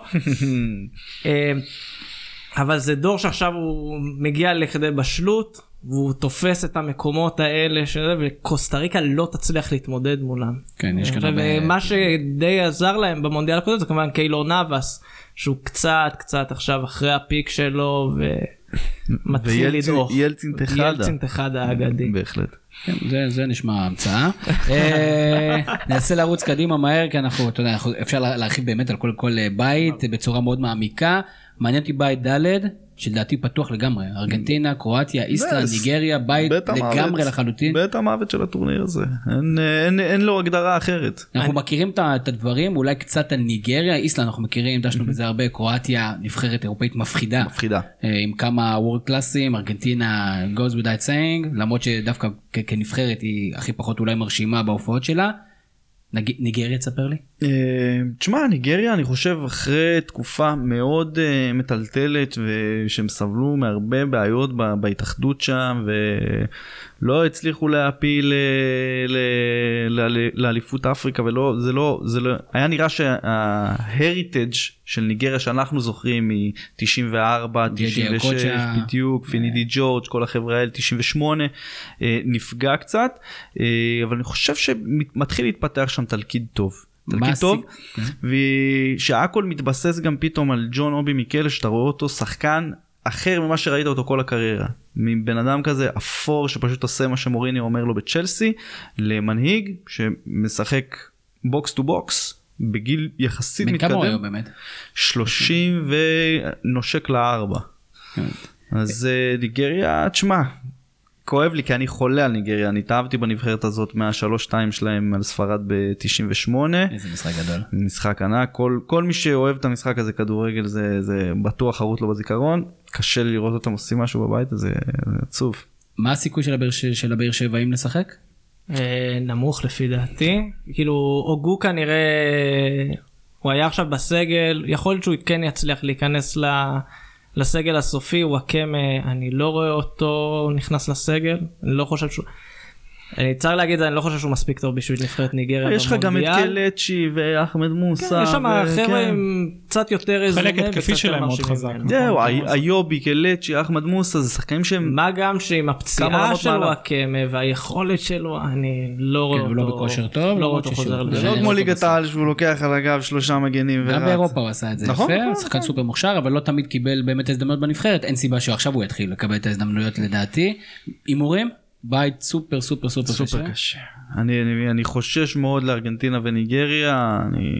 Speaker 5: אבל זה דור שעכשיו הוא מגיע לכדי בשלות, והוא תופס את המקומות האלה, וקוסטה ריקה לא תצליח להתמודד מולם.
Speaker 1: כן, יש כאן הרבה...
Speaker 5: ומה שדי עזר להם במונדיאל הקודם, זה כמובן קיילור נאבס, שהוא קצת עכשיו אחרי הפיק שלו, ומתחיל לדעוך.
Speaker 4: וילצין תחדה.
Speaker 5: ילצין תחדה האגדי.
Speaker 4: בהחלט.
Speaker 1: כן, זה נשמע המצאה. ננסה לרוץ קדימה מהר, כי אנחנו, אתה יודע, אפשר להרחיב באמת על כל בית בצורה מאוד מעמיקה. מעניין אותי בית ד' שלדעתי פתוח לגמרי. ארגנטינה, קרואטיה, איסלנד, ניגריה, בית לגמרי לחלוטין.
Speaker 4: בית המוות של הטורניר הזה. אין לו הגדרה אחרת.
Speaker 1: אנחנו מכירים את הדברים, אולי קצת על ניגריה, איסלנד אנחנו מכירים, דשנו בזה הרבה, קרואטיה, נבחרת אירופאית מפחידה. עם כמה וורד קלאסים, ארגנטינה goes without saying, למרות שדווקא כנבחרת היא הכי פחות אולי מרשימה בהופעות שלה. ניגריה תספר לי?
Speaker 4: תשמע, ניגריה אני חושב אחרי תקופה מאוד מטלטלת ושהם סבלו מהרבה בעיות בהתאחדות שם ולא הצליחו להפיל לאליפות אפריקה זה לא היה נראה שההריטג' של ניגריה שאנחנו זוכרים מ-94, 96 בדיוק, פינידי ג'ורג' כל החברה האלה 98 נפגע קצת אבל אני חושב שמתחיל להתפתח שם תלכיד טוב ושהכל מתבסס גם פתאום על ג'ון אובי מיקל שאתה רואה אותו שחקן אחר ממה שראית אותו כל הקריירה מבן אדם כזה אפור שפשוט עושה מה שמוריני אומר לו בצ'לסי למנהיג שמשחק בוקס טו בוקס בגיל יחסית מתקדם.
Speaker 1: כמה הוא היום באמת?
Speaker 4: 30 ונושק ל4 אז ניגריה תשמע כואב לי כי אני חולה על ניגריה, אני התאהבתי בנבחרת הזאת מה3-2 שלהם על ספרד ב-98.
Speaker 1: איזה משחק גדול.
Speaker 4: משחק ענק, כל מי שאוהב את המשחק הזה כדורגל זה בטוח חרוט לו בזיכרון, קשה לי לראות אותם עושים משהו בבית, זה עצוב.
Speaker 1: מה הסיכוי של הבאר שבעים לשחק?
Speaker 5: נמוך לפי דעתי, כאילו אוגו כנראה, הוא היה עכשיו בסגל, יכול להיות שהוא כן יצליח להיכנס לסגל הסופי, הוא הקם, אני לא רואה אותו נכנס לסגל, אני לא חושב שהוא, אני צריך להגיד זה, אני לא חושב שהוא מספיק טוב בשביל נבחרת ניגריה במונדיאל.
Speaker 4: יש לך גם את קלצ'י ואחמד מוסא.
Speaker 5: יש שם חבר'ה עם קצת יותר איזונה.
Speaker 3: חלק התקפי שלהם מאוד חזק.
Speaker 4: זהו, איובי, קלצ'י, אחמד מוסא, זה שחקנים שהם...
Speaker 5: מה גם שעם הפציעה שלו הקם והיכולת שלו, אני לא רואה אותו.
Speaker 1: הוא לא בכושר טוב,
Speaker 5: לא רואה אותו חוזר.
Speaker 4: זה לא כמו ליגת העל שהוא לוקח על הגב 3 מגנים ורץ.
Speaker 1: גם באירופה הוא עשה את זה יפה, שחקן סופר מוכשר, אבל לא תמיד קיבל באמת הזדמנויות בנבחרת, אין סיבה שעכשיו הוא יתחיל לקבל את ההזדמנויות לדעתי. הימורים? בית סופר קשה.
Speaker 4: אני חושש מאוד לארגנטינה וניגריה,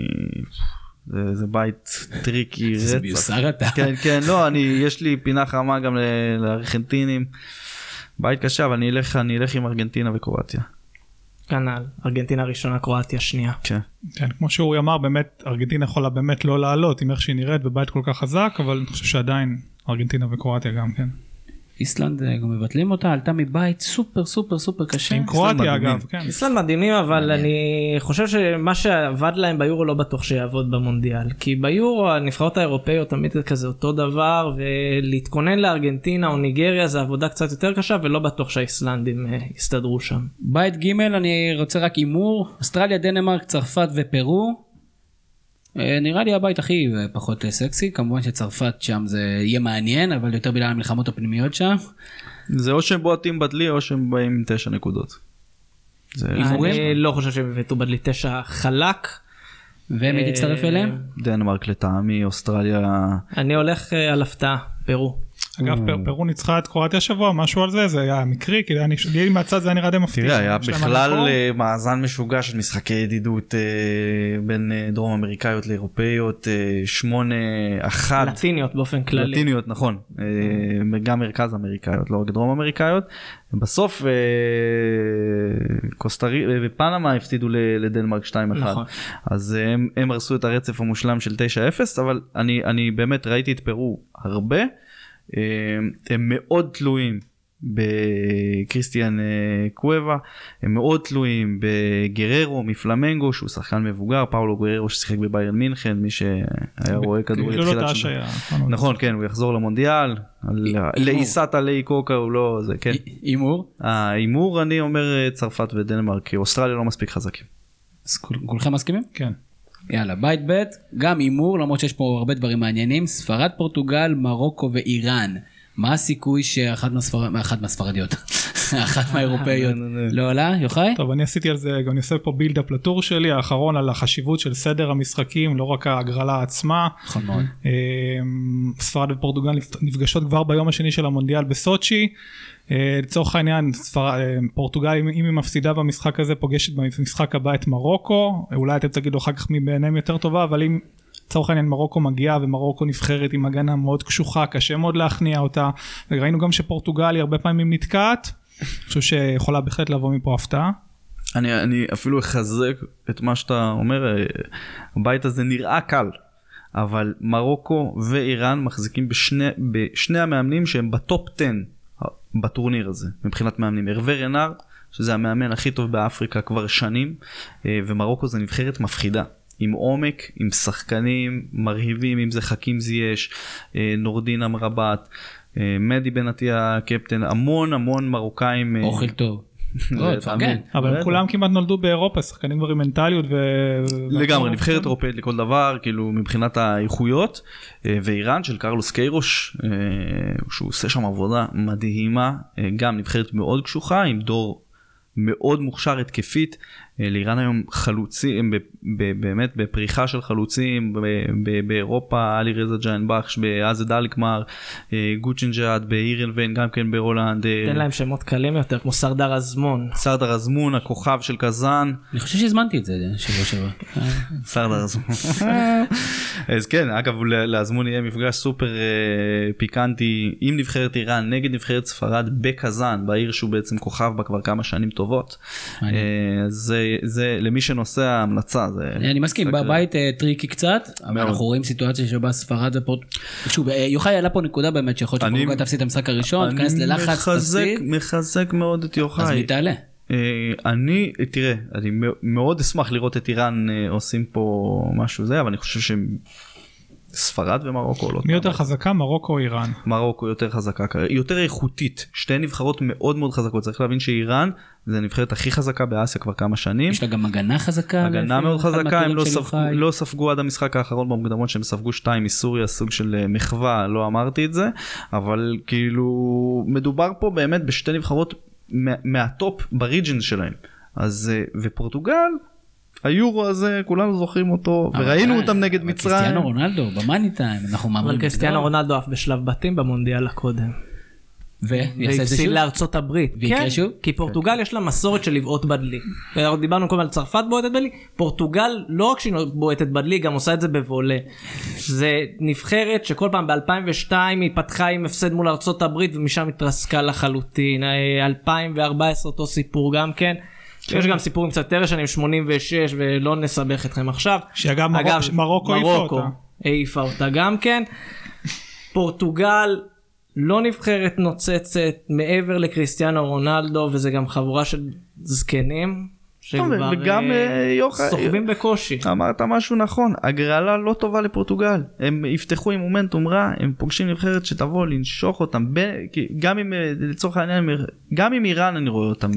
Speaker 4: זה בית טריקי.
Speaker 1: זה מיוסר אתה.
Speaker 4: כן, לא, יש לי פינה חמה גם לארגנטינים. בית קשה, אבל אני אלך עם ארגנטינה וקרואטיה.
Speaker 5: כנ"ל, ארגנטינה ראשונה, קרואטיה שנייה.
Speaker 3: כן, כמו שאורי אמר, באמת, ארגנטינה יכולה באמת לא לעלות, עם איך שהיא נראית בבית כל כך חזק, אבל אני חושב שעדיין ארגנטינה וקרואטיה גם כן.
Speaker 1: איסלנד גם מבטלים אותה, עלתה מבית סופר קשה.
Speaker 3: עם קרואטיה אגב, כן.
Speaker 5: איסלנד מדהימים, אבל אני חושב שמה שעבד להם ביורו לא בטוח שיעבוד במונדיאל. כי ביורו הנבחרות האירופאיות תמיד כזה אותו דבר, ולהתכונן לארגנטינה או ניגריה זה עבודה קצת יותר קשה, ולא בטוח שהאיסלנדים יסתדרו שם.
Speaker 1: בית ג' אני רוצה רק אימור, אוסטרליה, דנמרק, צרפת ופרו. נראה לי הבית הכי פחות סקסי, כמובן שצרפת שם זה יהיה מעניין, אבל יותר בגלל המלחמות הפנימיות שם.
Speaker 4: זה או שהם בועטים בדלי או שהם באים עם 9 נקודות.
Speaker 5: אני לא חושב שהם הבאתו בדלי 9 חלק.
Speaker 1: ומי תצטרף אליהם?
Speaker 4: דנמרק לטעמי, אוסטרליה.
Speaker 5: אני הולך על הפתעה, פרו.
Speaker 3: אגב, פרו ניצחה את קרואטיה שבוע, משהו על זה, זה היה מקרי, כי לי מהצד זה היה נראה די מפתיע.
Speaker 4: תראה, היה בכלל מאזן משוגע של משחקי ידידות בין דרום אמריקאיות לאירופאיות, 8-1.
Speaker 5: לטיניות באופן כללי.
Speaker 4: לטיניות, נכון. גם מרכז אמריקאיות, לא רק דרום אמריקאיות. בסוף, בפנמה הפסידו לדנמרק 2-1.
Speaker 5: נכון.
Speaker 4: אז הם הרסו את הרצף המושלם של 9-0, אבל אני באמת ראיתי את פרו הרבה. הם מאוד תלויים בקריסטיאן קואבה, הם מאוד תלויים בגררו מפלמנגו שהוא שחקן מבוגר, פאולו גררו ששיחק בביירן מינכן, מי שהיה רואה כדורגל תחילת שנה. נכון, כן, הוא יחזור למונדיאל, לאיסת עלי קוקה הוא לא, זה כן.
Speaker 1: אימור?
Speaker 4: אימור אני אומר צרפת ודנמרק, כי אוסטרליה לא מספיק חזקים.
Speaker 1: כולכם מסכימים?
Speaker 3: כן.
Speaker 1: יאללה, בית ב', גם אימור, למרות שיש פה הרבה דברים מעניינים, ספרד, פורטוגל, מרוקו ואיראן. מה הסיכוי שאחת מהספרדיות, אחת מהאירופאיות לא עולה, יוחאי?
Speaker 3: טוב, אני עשיתי על זה, אני עושה פה בילדאפ לטור שלי, האחרון על החשיבות של סדר המשחקים, לא רק ההגרלה עצמה.
Speaker 1: נכון מאוד.
Speaker 3: ספרד ופורטוגל נפגשות כבר ביום השני של המונדיאל בסוצ'י. לצורך העניין, פורטוגל, אם היא מפסידה במשחק הזה, פוגשת במשחק הבא את מרוקו. אולי אתם תגידו אחר כך מי בעיניהם יותר טובה, אבל אם לצורך העניין מרוקו מגיעה, ומרוקו נבחרת עם הגנה מאוד קשוחה, קשה מאוד להכניע אותה. וראינו גם שפורטוגל היא הרבה פעמים נתקעת. אני חושב שיכולה בהחלט לבוא מפה הפתעה.
Speaker 4: אני אפילו אחזק את מה שאתה אומר, הבית הזה נראה קל, אבל מרוקו ואיראן מחזיקים בשני המאמנים שהם בטופ 10 בטורניר הזה, מבחינת מאמנים. הרווה רנר, שזה המאמן הכי טוב באפריקה כבר שנים, ומרוקו זה נבחרת מפחידה. עם עומק, עם שחקנים מרהיבים, אם זה חכים זייש, נורדין אמרבת, מדי בנטיה קפטן, המון מרוקאים.
Speaker 1: אוכל טוב.
Speaker 3: אבל כולם כמעט נולדו באירופה, שחקנים כבר עם מנטליות.
Speaker 4: לגמרי, נבחרת אירופאית לכל דבר, כאילו מבחינת האיכויות, ואיראן של קרלוס קיירוש, שהוא עושה שם עבודה מדהימה, גם נבחרת מאוד קשוחה, עם דור מאוד מוכשר התקפית. לאיראן היום חלוצים, באמת בפריחה של חלוצים, באירופה, אלי רזה ג'יינבחש, באזד אלקמר, גוצ'נג'אד, באירנבן, גם כן בהולנד.
Speaker 5: תן להם שמות קלים יותר, כמו סרדר אזמון.
Speaker 4: סרדר אזמון, הכוכב של קזאן.
Speaker 1: אני חושב שהזמנתי את זה שבוע.
Speaker 4: סרדר אזמון. אז כן, אגב, לאזמון יהיה מפגש סופר פיקנטי עם נבחרת איראן, נגד נבחרת ספרד בקזאן, בעיר שהוא בעצם כוכב בה כבר כמה שנים טובות. זה למי שנושא ההמלצה.
Speaker 1: אני מסכים, בבית טריקי קצת, אבל אנחנו רואים סיטואציה שבה ספרד שוב, יוחאי עלה פה נקודה באמת שיכול להיות שפורטוגל תפסיד את המשחק הראשון, תכנס ללחץ, תפסיד.
Speaker 4: אני מחזק מאוד את יוחאי.
Speaker 1: אז מי תעלה?
Speaker 4: תראה, אני מאוד אשמח לראות את איראן עושים פה משהו זה, אבל אני חושב שהם ספרד ומרוקו עולות.
Speaker 3: מי יותר חזקה, מרוקו או איראן?
Speaker 4: מרוקו יותר חזקה, יותר איכותית, שתי נבחרות מאוד מאוד חזקות. צריך להבין שאיראן זה הנבחרת הכי חזקה באסיה כבר כמה שנים.
Speaker 1: יש לה גם הגנה חזקה.
Speaker 4: הגנה מאוד חזקה, הם לא ספגו עד המשחק האחרון במוקדמות, שהם ספגו 2 מסוריה, סוג של מחווה, לא אמרתי את זה, אבל כאילו מדובר פה באמת בשתי נבחרות מהטופ בריג'ן שלהם. אז ופורטוגל, היורו הזה, כולנו זוכרים אותו, וראינו אותם נגד מצרים.
Speaker 1: קריסטיאנו רונלדו, במאני טיים, אנחנו מאמרים.
Speaker 5: אבל קריסטיאנו רונלדו אף בשלב בתים במונדיאל הקודם. והפסיד לארצות הברית.
Speaker 1: ויקרה שוב?
Speaker 5: כי פורטוגל יש לה מסורת של לבעוט בדלי. דיברנו קודם על צרפת בועטת בדלי, פורטוגל לא רק שהיא בועטת בדלי, גם עושה את זה בבולה. זה נבחרת שכל פעם ב-2002 היא פתחה עם הפסד מול ארצות הברית, ומשם התרסקה לחלוטין. 2014 אותו סיפור גם כן. יש גם סיפורים קצת יותר שנים, 86, ולא נסבך אתכם עכשיו.
Speaker 3: שאגב מרוקו
Speaker 5: העיפה אותה גם כן. פורטוגל לא נבחרת נוצצת מעבר לקריסטיאנו רונלדו, וזה גם חבורה של זקנים,
Speaker 4: וגם
Speaker 5: סוחבים בקושי.
Speaker 4: אמרת משהו נכון, הגרלה לא טובה לפורטוגל, הם יפתחו עם מומנטום רע, הם פוגשים נבחרת שתבוא לנשוך אותם, גם אם לצורך העניין, גם עם איראן אני רואה אותם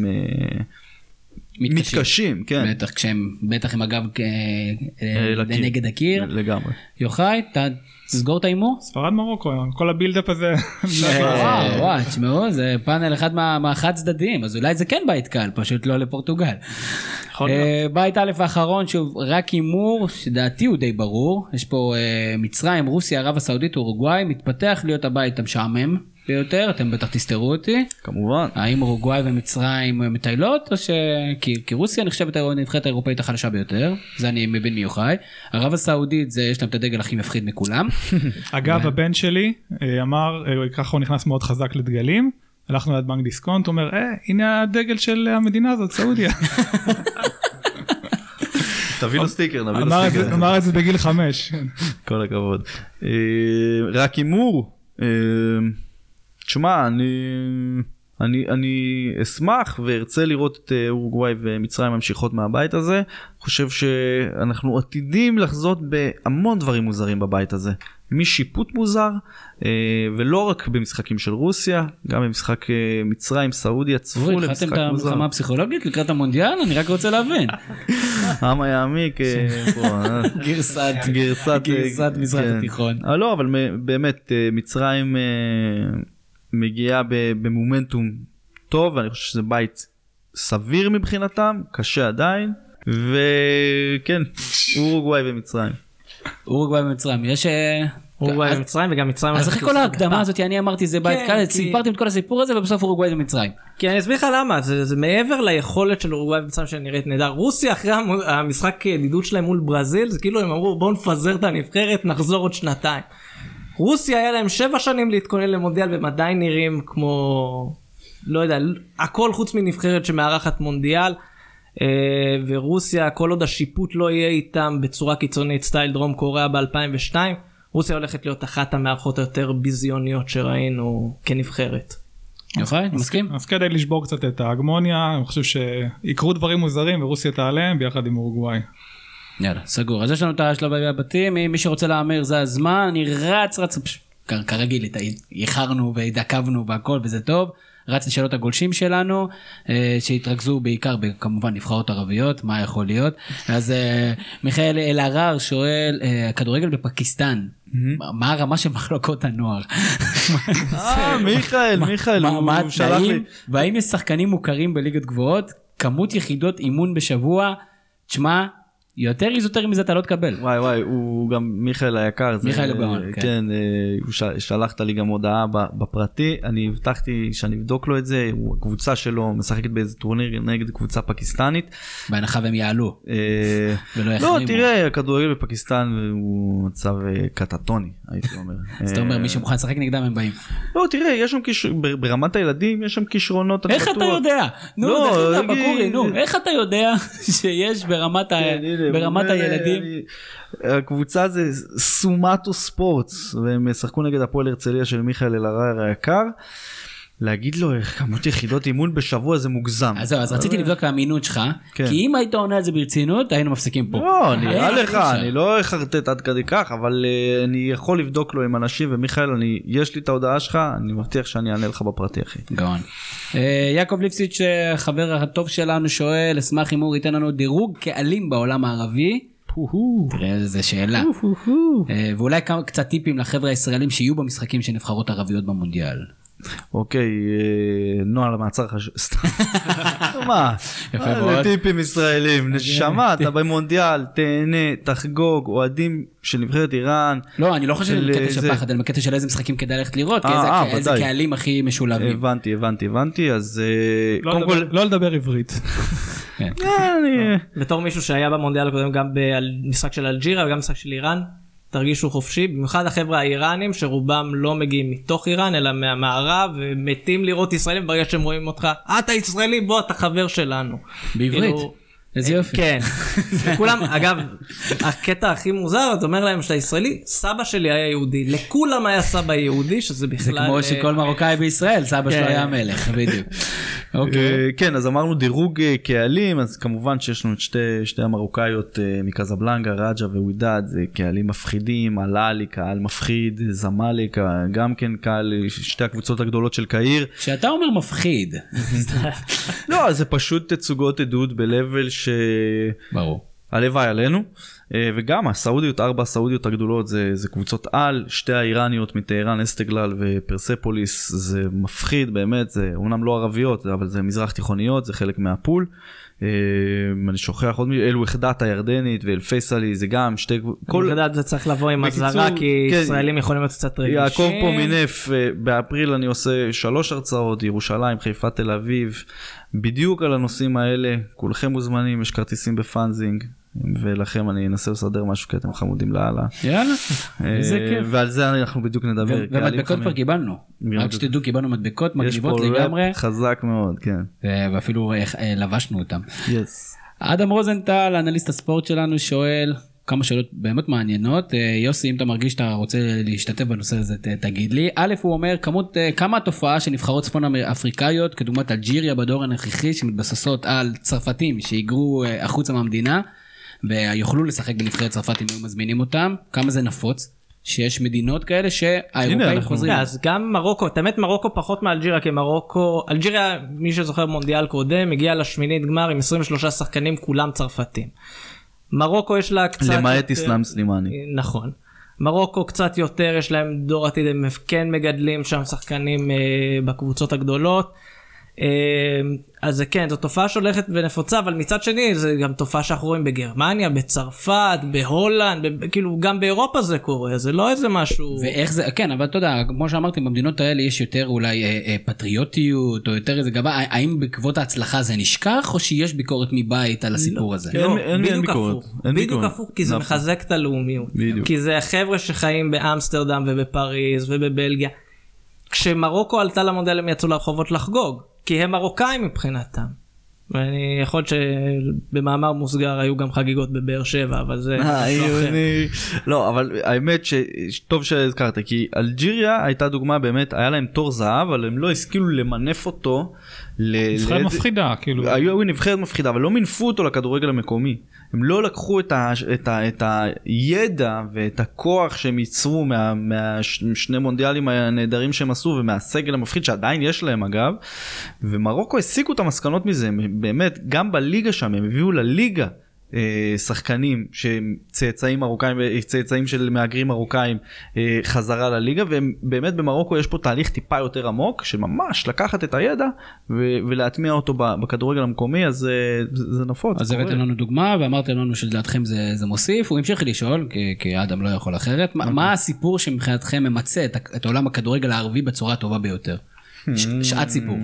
Speaker 4: מתקשים, כן.
Speaker 1: בטח עם הגב נגד הקיר.
Speaker 4: לגמרי.
Speaker 1: יוחאי, תסגור את האימור?
Speaker 3: ספרד מרוקו, כל הבילדאפ הזה.
Speaker 1: וואו, תשמעו, זה פאנל אחד מהחד צדדים, אז אולי זה כן בית קל, פשוט לא לפורטוגל. בית א' האחרון, שוב, רק אימור, שדעתי הוא די ברור, יש פה מצרים, רוסיה, ערב הסעודית, אורוגוואי, מתפתח להיות הבית המשעמם ביותר, אתם בטח תסתרו אותי.
Speaker 4: כמובן.
Speaker 1: האם אורוגוואי ומצרים מטיילות, או כי רוסיה נחשבת הנבחרת האירופאית החלשה ביותר, זה אני מבין מיוחאי. ערב הסעודית, יש להם את הדגל הכי מפחיד מכולם.
Speaker 3: אגב, הבן שלי אמר, ככה הוא נכנס מאוד חזק לדגלים, הלכנו ליד בנק דיסקונט, הוא אומר, הנה הדגל של המדינה הזאת, סעודיה.
Speaker 4: תביא לו סטיקר, נביא לו סטיקר.
Speaker 3: אמר את זה בגיל 5.
Speaker 4: כל הכבוד. רק אימור. תשמע, אני אשמח וארצה לראות את אורוגוואי ומצרים ממשיכות מהבית הזה. חושב שאנחנו עתידים לחזות בהמון דברים מוזרים בבית הזה. משיפוט מוזר, ולא רק במשחקים של רוסיה, גם במשחק מצרים, סעודיה, צפו למשחק מוזר.
Speaker 1: התחלתם את המלחמה הפסיכולוגית לקראת המונדיאל? אני רק רוצה להבין.
Speaker 4: העם יעמיק,
Speaker 1: גרסת מזרח התיכון.
Speaker 4: לא, אבל באמת, מצרים מגיעה במומנטום טוב, ואני חושב שזה בית סביר מבחינתם, קשה עדיין, וכן, אורוגוואי ומצרים.
Speaker 1: אורוגוואי ומצרים, יש...
Speaker 5: אורוגוואי ומצרים, וגם מצרים...
Speaker 1: אז אחרי כל ההקדמה הזאת, אני אמרתי, זה בית קל, סיפרתם את כל הסיפור הזה, ובסוף אורוגוואי ומצרים.
Speaker 5: כי אני אסביר לך למה, זה מעבר ליכולת של אורוגוואי ומצרים שנראית נהדר. רוסיה אחרי המשחק ידידות שלהם מול ברזיל, זה כאילו הם אמרו, בואו נפזר את הנבחרת, נחזור עוד שנתיים. רוסיה היה להם 7 שנים להתכונן למונדיאל, והם עדיין נראים כמו... לא יודע, הכל חוץ מנבחרת שמארחת מונדיאל, ורוסיה, כל עוד השיפוט לא יהיה איתם בצורה קיצונית סטייל דרום קוריאה ב-2002, רוסיה הולכת להיות אחת המערכות היותר ביזיוניות שראינו כנבחרת.
Speaker 1: יפה, אני מסכים.
Speaker 3: אז כדי לשבור קצת את ההגמוניה, אני חושב שיקרו דברים מוזרים ורוסיה תעלם ביחד עם אורוגוואי.
Speaker 1: יאללה, סגור. אז יש לנו את השלב הבתים, מי שרוצה להאמר זה הזמן, אני רץ, כרגיל, איחרנו והתעכבנו והכל וזה טוב. רץ לשאלות הגולשים שלנו, שהתרכזו בעיקר כמובן נבחרות ערביות, מה יכול להיות. אז מיכאל אלהרר שואל, כדורגל בפקיסטן, מה הרמה של מחלקות הנוער?
Speaker 4: מיכאל, הוא שלח לי.
Speaker 1: והאם יש שחקנים מוכרים בליגות גבוהות? כמות יחידות אימון בשבוע, תשמע, יותר איזוטרי מזה אתה לא תקבל.
Speaker 4: וואי, הוא גם מיכאל היקר.
Speaker 1: מיכאל הגאון, כן.
Speaker 4: כן, שלחת לי גם הודעה בפרטי, אני הבטחתי שאני אבדוק לו את זה, הקבוצה שלו משחקת באיזה טורניר נגד קבוצה פקיסטנית.
Speaker 1: בהנחה והם יעלו.
Speaker 4: לא, תראה, הכדורגל בפקיסטן הוא מצב קטטוני, הייתי אומר.
Speaker 1: אז אתה אומר, מי שמוכן לשחק נגדם הם באים.
Speaker 4: לא, תראה, יש שם ברמת הילדים, יש שם כישרונות.
Speaker 1: איך אתה יודע? איך אתה יודע שיש ברמת הילדים?
Speaker 4: הקבוצה זה סומטו ספורטס, והם שחקו נגד הפועל הרצליה של מיכאל אלהרר היקר. להגיד לו כמות יחידות אימון בשבוע זה מוגזם.
Speaker 1: אז זהו, אז רציתי לבדוק האמינות שלך, כי אם היית עונה על זה ברצינות, היינו מפסיקים פה.
Speaker 4: לא, נראה לך, אני לא אחרטט עד כדי כך, אבל אני יכול לבדוק לו עם אנשים, ומיכאל, יש לי את ההודעה שלך, אני מבטיח שאני אענה לך בפרטי, אחי.
Speaker 1: גאון. יעקב ליפסיץ', חבר הטוב שלנו, שואל, אשמח אם הוא ייתן לנו דירוג קהלים בעולם הערבי. תראה איזה שאלה. ואולי קצת טיפים לחבר'ה הישראלים שיהיו במשחקים של נבחרות ערביות במונדיאל.
Speaker 4: אוקיי, נועה למעצר חשוב. מה?
Speaker 1: יפה מאוד.
Speaker 4: טיפים ישראלים, נשמה, אתה במונדיאל, תהנה, תחגוג, אוהדים של נבחרת איראן.
Speaker 1: לא, אני לא חושב בקטע של פחד, אני בקטע של איזה משחקים כדאי ללכת לראות, כי איזה קהלים הכי משולבים.
Speaker 4: הבנתי, אז...
Speaker 3: לא לדבר עברית.
Speaker 5: בתור מישהו שהיה במונדיאל הקודם גם במשחק של אלג'יריה וגם במשחק של איראן, תרגישו חופשי, במיוחד החבר'ה האיראנים שרובם לא מגיעים מתוך איראן אלא מהמערב ומתים לראות ישראלים ברגע שהם רואים אותך, אתה ישראלי, בוא אתה חבר שלנו.
Speaker 1: בעברית? איזה יופי.
Speaker 5: כן. וכולם, אגב, הקטע הכי מוזר, אתה אומר להם שאתה ישראלי, סבא שלי היה יהודי, לכולם היה סבא יהודי, שזה בכלל...
Speaker 1: זה כמו שכל מרוקאי בישראל, סבא שלו היה המלך, בדיוק.
Speaker 4: כן, אז אמרנו דירוג קהלים, אז כמובן שיש לנו את שתי המרוקאיות מקזבלנקה, רג'ה ווידד, זה קהלים מפחידים, הלאלי, קהל מפחיד, זמאלק, גם כן קהל, שתי הקבוצות הגדולות של קהיר.
Speaker 1: שאתה אומר מפחיד.
Speaker 4: לא, זה פשוט תצוגות עדות בלבל
Speaker 1: ברור.
Speaker 4: הלוואי עלינו, וגם הסעודיות, 4 הסעודיות הגדולות זה קבוצות על, 2 האיראניות מטהרן, אסטגלל ופרספוליס, זה מפחיד באמת, זה אומנם לא ערביות, אבל זה מזרח תיכוניות, זה חלק מהפול. אני שוכח עוד אלו יחדת הירדנית ואל פייסלי, זה גם שתי...
Speaker 5: יחדת זה צריך לבוא עם הזרה, כי ישראלים יכולים להיות קצת רגישים.
Speaker 4: יעקב פה מינף, באפריל אני עושה 3 הרצאות, ירושלים, חיפה, תל אביב, בדיוק על הנושאים האלה, כולכם מוזמנים, יש כרטיסים בפאנזינג, ולכם אני אנסה לסדר משהו כי אתם חמודים להלאה.
Speaker 1: יאללה, איזה כיף.
Speaker 4: ועל זה אנחנו בדיוק נדבר.
Speaker 1: ומדבקות כבר קיבלנו. רק שתדעו, קיבלנו מדבקות מגניבות לגמרי.
Speaker 4: יש פה חזק מאוד, כן.
Speaker 1: ואפילו לבשנו אותם.
Speaker 4: יס.
Speaker 1: אדם רוזנטל, אנליסט הספורט שלנו, שואל כמה שאלות באמת מעניינות. יוסי, אם אתה מרגיש שאתה רוצה להשתתף בנושא הזה, תגיד לי. א', הוא אומר, כמה התופעה של נבחרות צפון אפריקאיות, כדוגמת אלג'יריה בדור הנוכחי, שמתבססות על צרפתים שהיגרו החוצה מהמדינה, ויוכלו לשחק בנבחרת צרפת אם היו מזמינים אותם, כמה זה נפוץ? שיש מדינות כאלה שהאירופאים חוזרים.
Speaker 5: אז גם מרוקו, תאמת מרוקו פחות מאלג'יריה, כי מרוקו, אלג'יריה, מי שזוכר מונדיאל קודם, הגיע לשמינית גמר עם 23 שחקנים, כולם צרפתים. מרוקו יש לה קצת...
Speaker 4: למעט אסלאם סלימני.
Speaker 5: נכון. מרוקו קצת יותר, יש להם דור עתיד, הם כן מגדלים שם שחקנים בקבוצות הגדולות. אז זה כן, זו תופעה שהולכת ונפוצה, אבל מצד שני זה גם תופעה שאנחנו רואים בגרמניה, בצרפת, בהולנד, כאילו גם באירופה זה קורה, זה לא איזה משהו...
Speaker 1: ואיך זה, כן, אבל אתה יודע, כמו שאמרתי, במדינות האלה יש יותר אולי פטריוטיות, או יותר איזה גבה, האם בעקבות ההצלחה זה נשכח, או שיש ביקורת מבית על הסיפור הזה?
Speaker 4: אין ביקורת.
Speaker 5: בדיוק הפוך, כי זה מחזק את הלאומיות. כי זה החבר'ה שחיים באמסטרדם ובפריז ובבלגיה. כשמרוקו עלתה למונדיאל הם יצאו לרחובות לחגוג, כי הם מרוקאים מבחינתם. ואני יכול להיות שבמאמר מוסגר היו גם חגיגות בבאר שבע, אבל זה...
Speaker 4: לא, אבל האמת שטוב שהזכרת, כי אלג'יריה הייתה דוגמה באמת, היה להם תור זהב, אבל הם לא השכילו למנף אותו.
Speaker 3: נבחרת מפחידה, כאילו.
Speaker 4: היו נבחרת מפחידה, אבל לא מנפו אותו לכדורגל המקומי. הם לא לקחו את הידע ואת הכוח שהם ייצרו מהשני מונדיאלים הנהדרים שהם עשו, ומהסגל המפחיד שעדיין יש להם אגב, ומרוקו הסיקו את המסקנות מזה, באמת, גם בליגה שם, הם הביאו לליגה שחקנים שהם צאצאים מרוקאים, צאצאים של מהגרים מרוקאים חזרה לליגה, ובאמת במרוקו יש פה תהליך טיפה יותר עמוק, שממש לקחת את הידע ולהטמיע אותו בכדורגל המקומי, אז זה נפוץ.
Speaker 1: אז הבאתם לנו דוגמה, ואמרתם לנו שלדעתכם זה מוסיף, הוא המשיך לשאול, כי אדם לא יכול אחרת, מה הסיפור שמבחינתכם ממצא את עולם הכדורגל הערבי בצורה הטובה ביותר? שעת סיפור.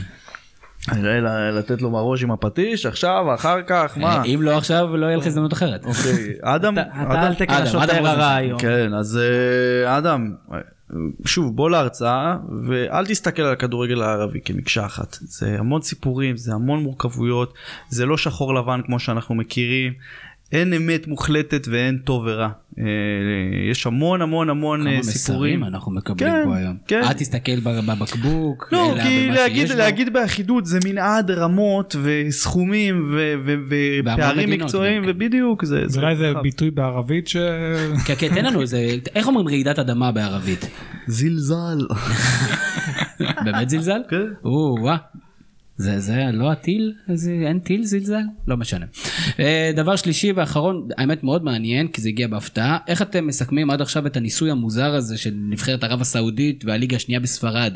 Speaker 4: לתת לו מהראש עם הפטיש, עכשיו, אחר כך, מה?
Speaker 1: אם לא עכשיו, לא יהיה לך הזדמנות אחרת.
Speaker 4: אוקיי, אדם.
Speaker 5: אתה אל תקרא שוטר הרע היום.
Speaker 4: כן, אז אדם, שוב, בוא להרצאה, ואל תסתכל על הכדורגל הערבי כמקשה אחת. זה המון סיפורים, זה המון מורכבויות, זה לא שחור לבן כמו שאנחנו מכירים, אין אמת מוחלטת ואין טוב ורע. יש המון המון המון סיפורים.
Speaker 1: כמה מסרים אנחנו מקבלים פה היום. אל תסתכל בבקבוק.
Speaker 4: לא, כי להגיד באחידות זה מנעד רמות וסכומים ופערים מקצועיים, ובדיוק זה...
Speaker 3: אולי זה ביטוי בערבית ש...
Speaker 1: כן, תן לנו איזה... איך אומרים רעידת אדמה בערבית?
Speaker 4: זלזל.
Speaker 1: באמת זלזל?
Speaker 4: כן.
Speaker 1: וואה. זה לא הטיל? אין טיל זלזל? לא משנה. דבר שלישי ואחרון, האמת מאוד מעניין, כי זה הגיע בהפתעה. איך אתם מסכמים עד עכשיו את הניסוי המוזר הזה של נבחרת ערב הסעודית והליגה השנייה בספרד?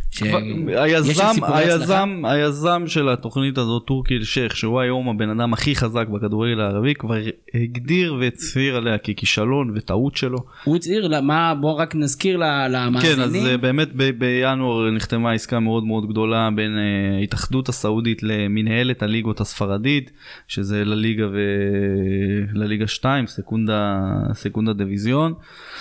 Speaker 4: היזם של התוכנית הזאת, טורקי אל-שייח, שהוא היום הבן אדם הכי חזק בכדורגל הערבי, כבר הגדיר והצהיר עליה ככישלון וטעות שלו.
Speaker 1: הוא הצהיר, בוא רק נזכיר למאזינים.
Speaker 4: כן, אז באמת בינואר נחתמה עסקה מאוד מאוד גדולה בין ההתאחדות הסעודית למנהלת הליגות הספרדית, שזה לליגה 2, סקונדה דיוויזיון.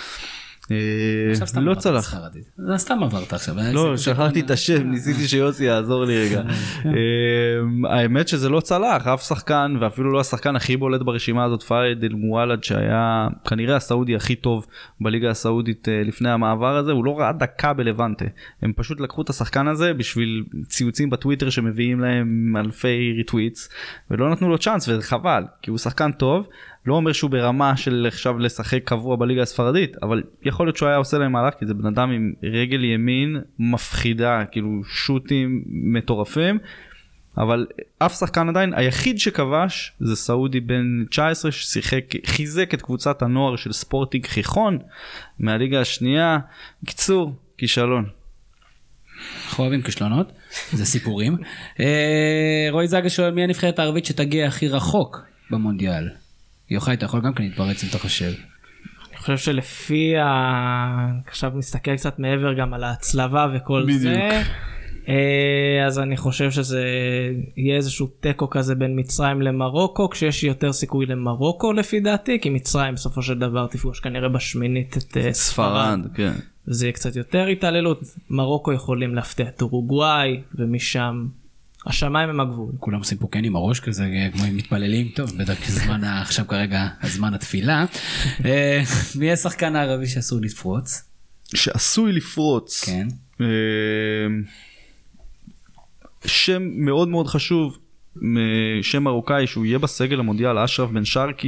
Speaker 4: לא צלח.
Speaker 1: זה סתם עברת עכשיו.
Speaker 4: לא, שכחתי את השם, ניסיתי שיוסי יעזור לי רגע. האמת שזה לא צלח, אף שחקן, ואפילו לא השחקן הכי בולט ברשימה הזאת, פאיד אל מואלד, שהיה כנראה הסעודי הכי טוב בליגה הסעודית לפני המעבר הזה, הוא לא ראה דקה בלבנטה. הם פשוט לקחו את השחקן הזה בשביל ציוצים בטוויטר שמביאים להם אלפי ריטוויטס, ולא נתנו לו צ'אנס, וחבל, כי הוא שחקן טוב, לא אומר שהוא ברמה של עכשיו לשחק קבוע בליגה הספרדית, אבל יכול להיות שהוא היה עושה להם מהלך, כי זה בן אדם עם רגל ימין מפחידה, כאילו שוטים מטורפים, אבל אף שחקן עדיין, היחיד שכבש זה סעודי בן 19, חיזק את קבוצת הנוער של ספורטינג חיכון, מהליגה השנייה, קיצור, כישלון.
Speaker 1: אנחנו אוהבים כישלונות, זה סיפורים. רועי זגה שואל, מי הנבחרת הערבית שתגיע הכי רחוק במונדיאל? יוחאי, אתה יכול גם כן להתפרץ אם אתה חושב.
Speaker 5: אני חושב שלפי עכשיו נסתכל קצת מעבר גם על ההצלבה וכל זה, אז אני חושב שזה יהיה איזשהו טקו כזה בין מצרים למרוקו, כשיש יותר סיכוי למרוקו לפי דעתי, כי מצרים בסופו של דבר תפגוש כנראה בשמינית את ספרד,
Speaker 4: כן.
Speaker 5: וזה יהיה קצת יותר התעללות. מרוקו יכולים להפתיע את אורוגוואי, ומשם השמיים הם הגבול.
Speaker 1: כולם עושים פה כן עם הראש כזה, כמו הם מתפללים, טוב, בדרך זמן עכשיו כרגע הזמן התפילה. מי השחקן הערבי שעשוי לפרוץ?
Speaker 4: שעשוי לפרוץ?
Speaker 1: כן.
Speaker 4: שם מאוד מאוד חשוב, שם מרוקאי שהוא יהיה בסגל המונדיאל, אשרף בן שרקי,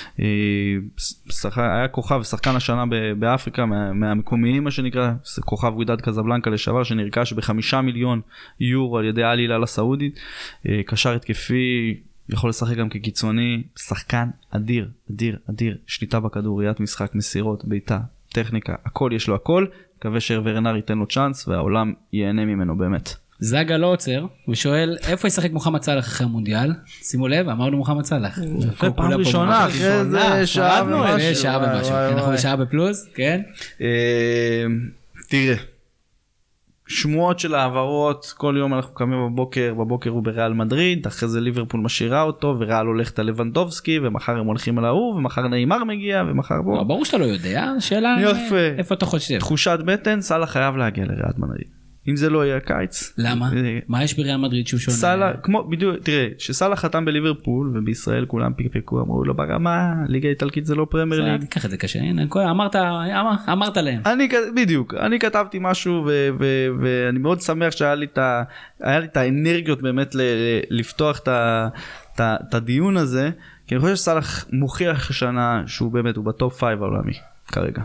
Speaker 4: היה כוכב, שחקן השנה באפריקה, מהמקומיים מה שנקרא, כוכב ווידד קזבלנקה לשעבר, שנרכש ב5 מיליון יורו על ידי אל הילל הסעודית, קשר התקפי, יכול לשחק גם כקיצוני, שחקן אדיר, אדיר, אדיר, שליטה בכדור, ראיית משחק, מסירות, ביתה, טכניקה, הכל יש לו הכל, מקווה שוורנר ייתן לו צ'אנס והעולם ייהנה ממנו באמת.
Speaker 1: זגה לא עוצר, הוא שואל איפה ישחק מוחמד סלאח אחרי המונדיאל? שימו לב, אמרנו מוחמד סלאח.
Speaker 4: פעם ראשונה, אחרי זה שעה ומשהו.
Speaker 1: שעה ומשהו, אנחנו בשעה בפלוס, כן?
Speaker 4: תראה, שמועות של העברות, כל יום אנחנו קמים בבוקר הוא בריאל מדריד, אחרי זה ליברפול משאירה אותו, וריאל הולכת ללבנדובסקי, ומחר הם הולכים על ההוא, ומחר ניימר מגיע, ומחר בוא.
Speaker 1: ברור שאתה לא יודע, שאלה איפה אתה חושב.
Speaker 4: תחושת בטן, סלאח חייב להגיע לריאל מדריד. אם זה לא יהיה קיץ.
Speaker 1: למה? מה יש בריאל מדריד שהוא שונה?
Speaker 4: סלאח, כמו, בדיוק, תראה, שסלאח חתם בליברפול, ובישראל כולם פיקפקו, אמרו לו ברמה, ליגה איטלקית זה לא פרמייר ליג.
Speaker 1: תיקח את זה קשה, אמרת להם.
Speaker 4: בדיוק, אני כתבתי משהו, ואני מאוד שמח שהיה לי את האנרגיות באמת לפתוח את הדיון הזה, כי אני חושב שסלאח מוכיח השנה שהוא באמת, הוא בטופ 5 העולמי, כרגע.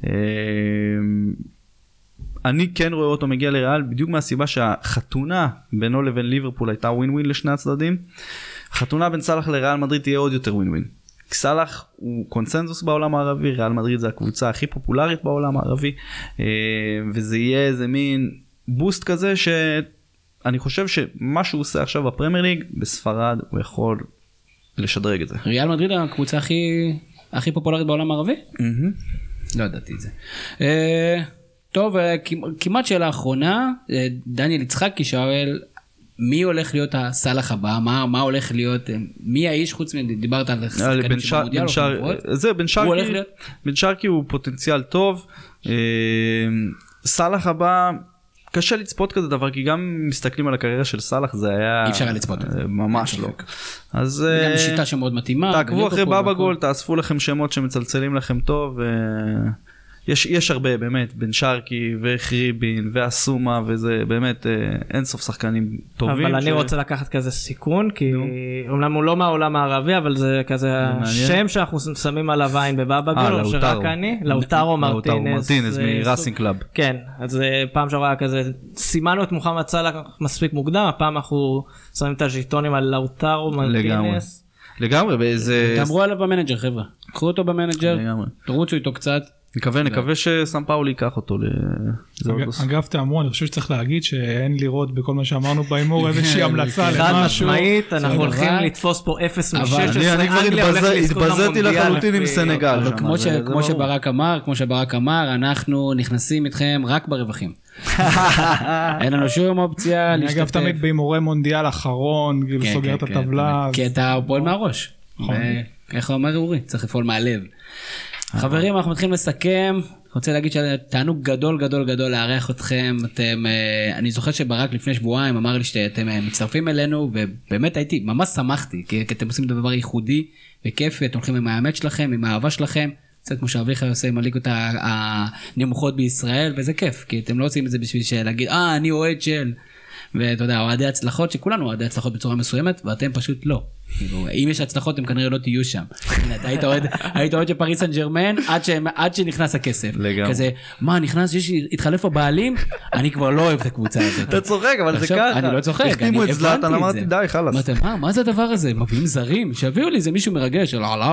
Speaker 4: אני כן רואה אותו מגיע לריאל, בדיוק מהסיבה שהחתונה בינו לבין ליברפול הייתה ווין ווין לשני הצדדים. החתונה בין סלאח לריאל מדריד תהיה עוד יותר ווין ווין. סלאח הוא קונסנזוס בעולם הערבי, ריאל מדריד זה הקבוצה הכי פופולרית בעולם הערבי, וזה יהיה איזה מין בוסט כזה שאני חושב שמה שהוא עושה עכשיו בפרמייר ליג, בספרד הוא יכול לשדרג את זה.
Speaker 1: ריאל מדריד הקבוצה הכי פופולרית בעולם הערבי? לא ידעתי את זה. טוב, כמעט שאלה אחרונה, דניאל יצחקי שואל, מי הולך להיות הסלאח הבא? מה הולך להיות? מי האיש חוץ דיברת על שחקנים שבמונדיאל?
Speaker 4: זה, בן שרקי הוא פוטנציאל טוב, סלאח הבא, קשה לצפות כזה דבר, כי גם מסתכלים על הקריירה של סלאח, זה היה...
Speaker 1: אי אפשר לצפות.
Speaker 4: ממש לא. אז...
Speaker 1: גם שיטה שמאוד מתאימה.
Speaker 4: תעקבו אחרי בבא גול, תאספו לכם שמות שמצלצלים לכם טוב, יש הרבה באמת, בן שרקי וחריבין ואסומה, וזה באמת אין סוף שחקנים טובים.
Speaker 5: אבל אני רוצה לקחת כזה סיכון, כי אומנם הוא לא מהעולם הערבי, אבל זה כזה שם שאנחנו שמים עליו עין בבאבא גול, או שרק אני, לאוטרו מרטינס
Speaker 4: מראסינג קלאב.
Speaker 5: כן, אז פעם שעברה כזה, סימנו את מוחמד סלאח מספיק מוקדם, הפעם אנחנו שמים את הז'יטונים על לאוטרו מרטינס.
Speaker 4: לגמרי, באיזה...
Speaker 1: תאמרו עליו במנג'ר חבר'ה, קחו אותו במנג'ר, תרוצו איתו קצת.
Speaker 4: נקווה שסם פאולי ייקח אותו.
Speaker 3: אגב תאמרו, אני חושב שצריך להגיד שאין לראות בכל מה שאמרנו באימור איזושהי המלצה למשהו.
Speaker 5: חד משמעית, אנחנו הולכים לתפוס פה 0 מ-16,
Speaker 4: אני כבר התבזיתי לחלוטין עם סנגל.
Speaker 1: כמו שברק אמר, אנחנו נכנסים איתכם רק ברווחים. אין לנו שום אופציה להשתתף.
Speaker 3: אגב תמיד באימורי מונדיאל אחרון, סוגר את הטבלה.
Speaker 1: כי אתה פועל מהראש. איך אומר אורי? צריך לפעול מהלב. חברים, אנחנו מתחילים לסכם. אני רוצה להגיד שתענוג גדול גדול גדול לארח אתכם. אני זוכר שברק לפני שבועיים אמר לי שאתם מצטרפים אלינו, ובאמת ממש שמחתי, כי אתם עושים דבר ייחודי וכיף, אתם הולכים עם האמת שלכם, עם האהבה שלכם, קצת כמו שאביחי עושה עם הליגות הנמוכות בישראל, וזה כיף, כי אתם לא עושים את זה בשביל להגיד, אני אוהד של... ואתה יודע, אוהדי הצלחות, שכולנו אוהדי הצלחות בצורה מסוימת, ואתם פשוט לא. אם יש הצלחות, הם כנראה לא תהיו שם. היית אוהד של פריס סן ז'רמן, עד שנכנס הכסף. כזה, מה, נכנס, התחלף הבעלים? אני כבר לא אוהב את הקבוצה הזאת.
Speaker 4: אתה צוחק, אבל זה ככה.
Speaker 1: אני לא צוחק,
Speaker 4: החתימו את זלאטן, אמרתי, די, חלאס.
Speaker 1: מה זה הדבר הזה? מביאים זרים, שיביאו לי, זה מישהו מרגש,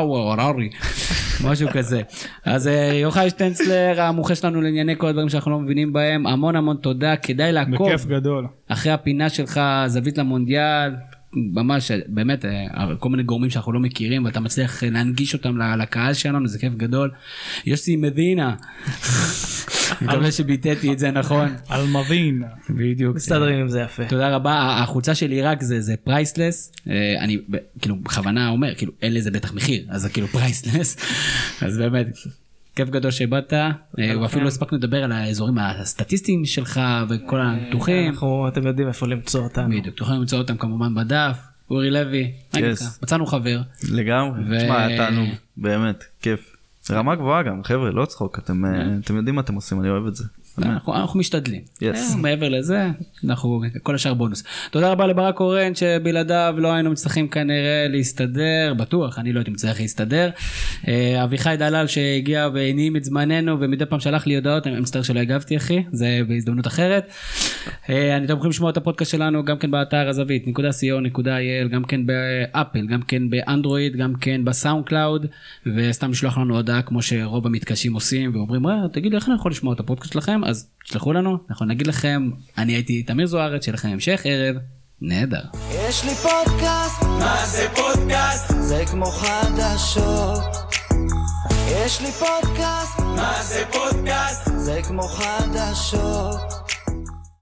Speaker 1: משהו כזה. אז יוחאי שטנצלר, המומחה שלנו לענייני כל הדברים שאנחנו לא מבינים בהם, המון המון תודה, כדאי לעקוב.
Speaker 3: בכיף גדול.
Speaker 1: אחרי הפינה שלך, זווית למונדיאל, ממש, באמת, כל מיני גורמים שאנחנו לא מכירים, ואתה מצליח להנגיש אותם לקהל שלנו, זה כיף גדול. יוסי מדינה, אני מקווה שביטאתי את זה נכון.
Speaker 3: על מבינה.
Speaker 1: בדיוק.
Speaker 5: מסתדרים עם זה יפה.
Speaker 1: תודה רבה, החולצה של עיראק זה פרייסלס, אני כאילו בכוונה אומר, כאילו אין לזה בטח מחיר, אז זה כאילו פרייסלס, אז באמת, כיף גדול שבאת, ואפילו לא הספקנו לדבר על האזורים הסטטיסטיים שלך וכל הניתוחים.
Speaker 5: אתם יודעים איפה למצוא אותם.
Speaker 1: בדיוק, תוכלו למצוא אותם כמובן בדף. אורי לוי, מצאנו חבר.
Speaker 4: לגמרי, תשמע, תענוג, באמת, כיף. רמה גבוהה גם, חבר'ה, לא צחוק, אתם יודעים מה אתם עושים, אני אוהב את זה.
Speaker 1: אנחנו משתדלים.
Speaker 4: Yes.
Speaker 1: מעבר לזה, אנחנו כל השאר בונוס. תודה רבה לברק קורן, שבלעדיו לא היינו מצליחים כנראה להסתדר, בטוח, אני לא הייתי מצליח להסתדר. אביחי דלל שהגיע והנעים את זמננו, ומדי פעם שלח לי הודעות, אני מצטער שלא הגבתי אחי, זה בהזדמנות אחרת. אתם יכולים לשמוע את הפודקאסט שלנו גם כן באתר הזווית.co.il, גם כן באפל, גם כן באנדרואיד, גם כן בסאונד קלאוד, וסתם לשלוח לנו הודעה כמו שרוב המתקשים עושים, ואומרים, תגיד לי איך אני יכול לשמוע את הפודקאסט שלכם, אז תשלחו לנו, אנחנו נגיד לכם, אני הייתי תמיר זוארץ, שיהיה לכם המשך ערב נהדר.
Speaker 2: יש לי פודקאסט, מה זה פודקאסט? זה כמו חדשות. יש לי פודקאסט, מה זה פודקאסט? זה כמו חדשות.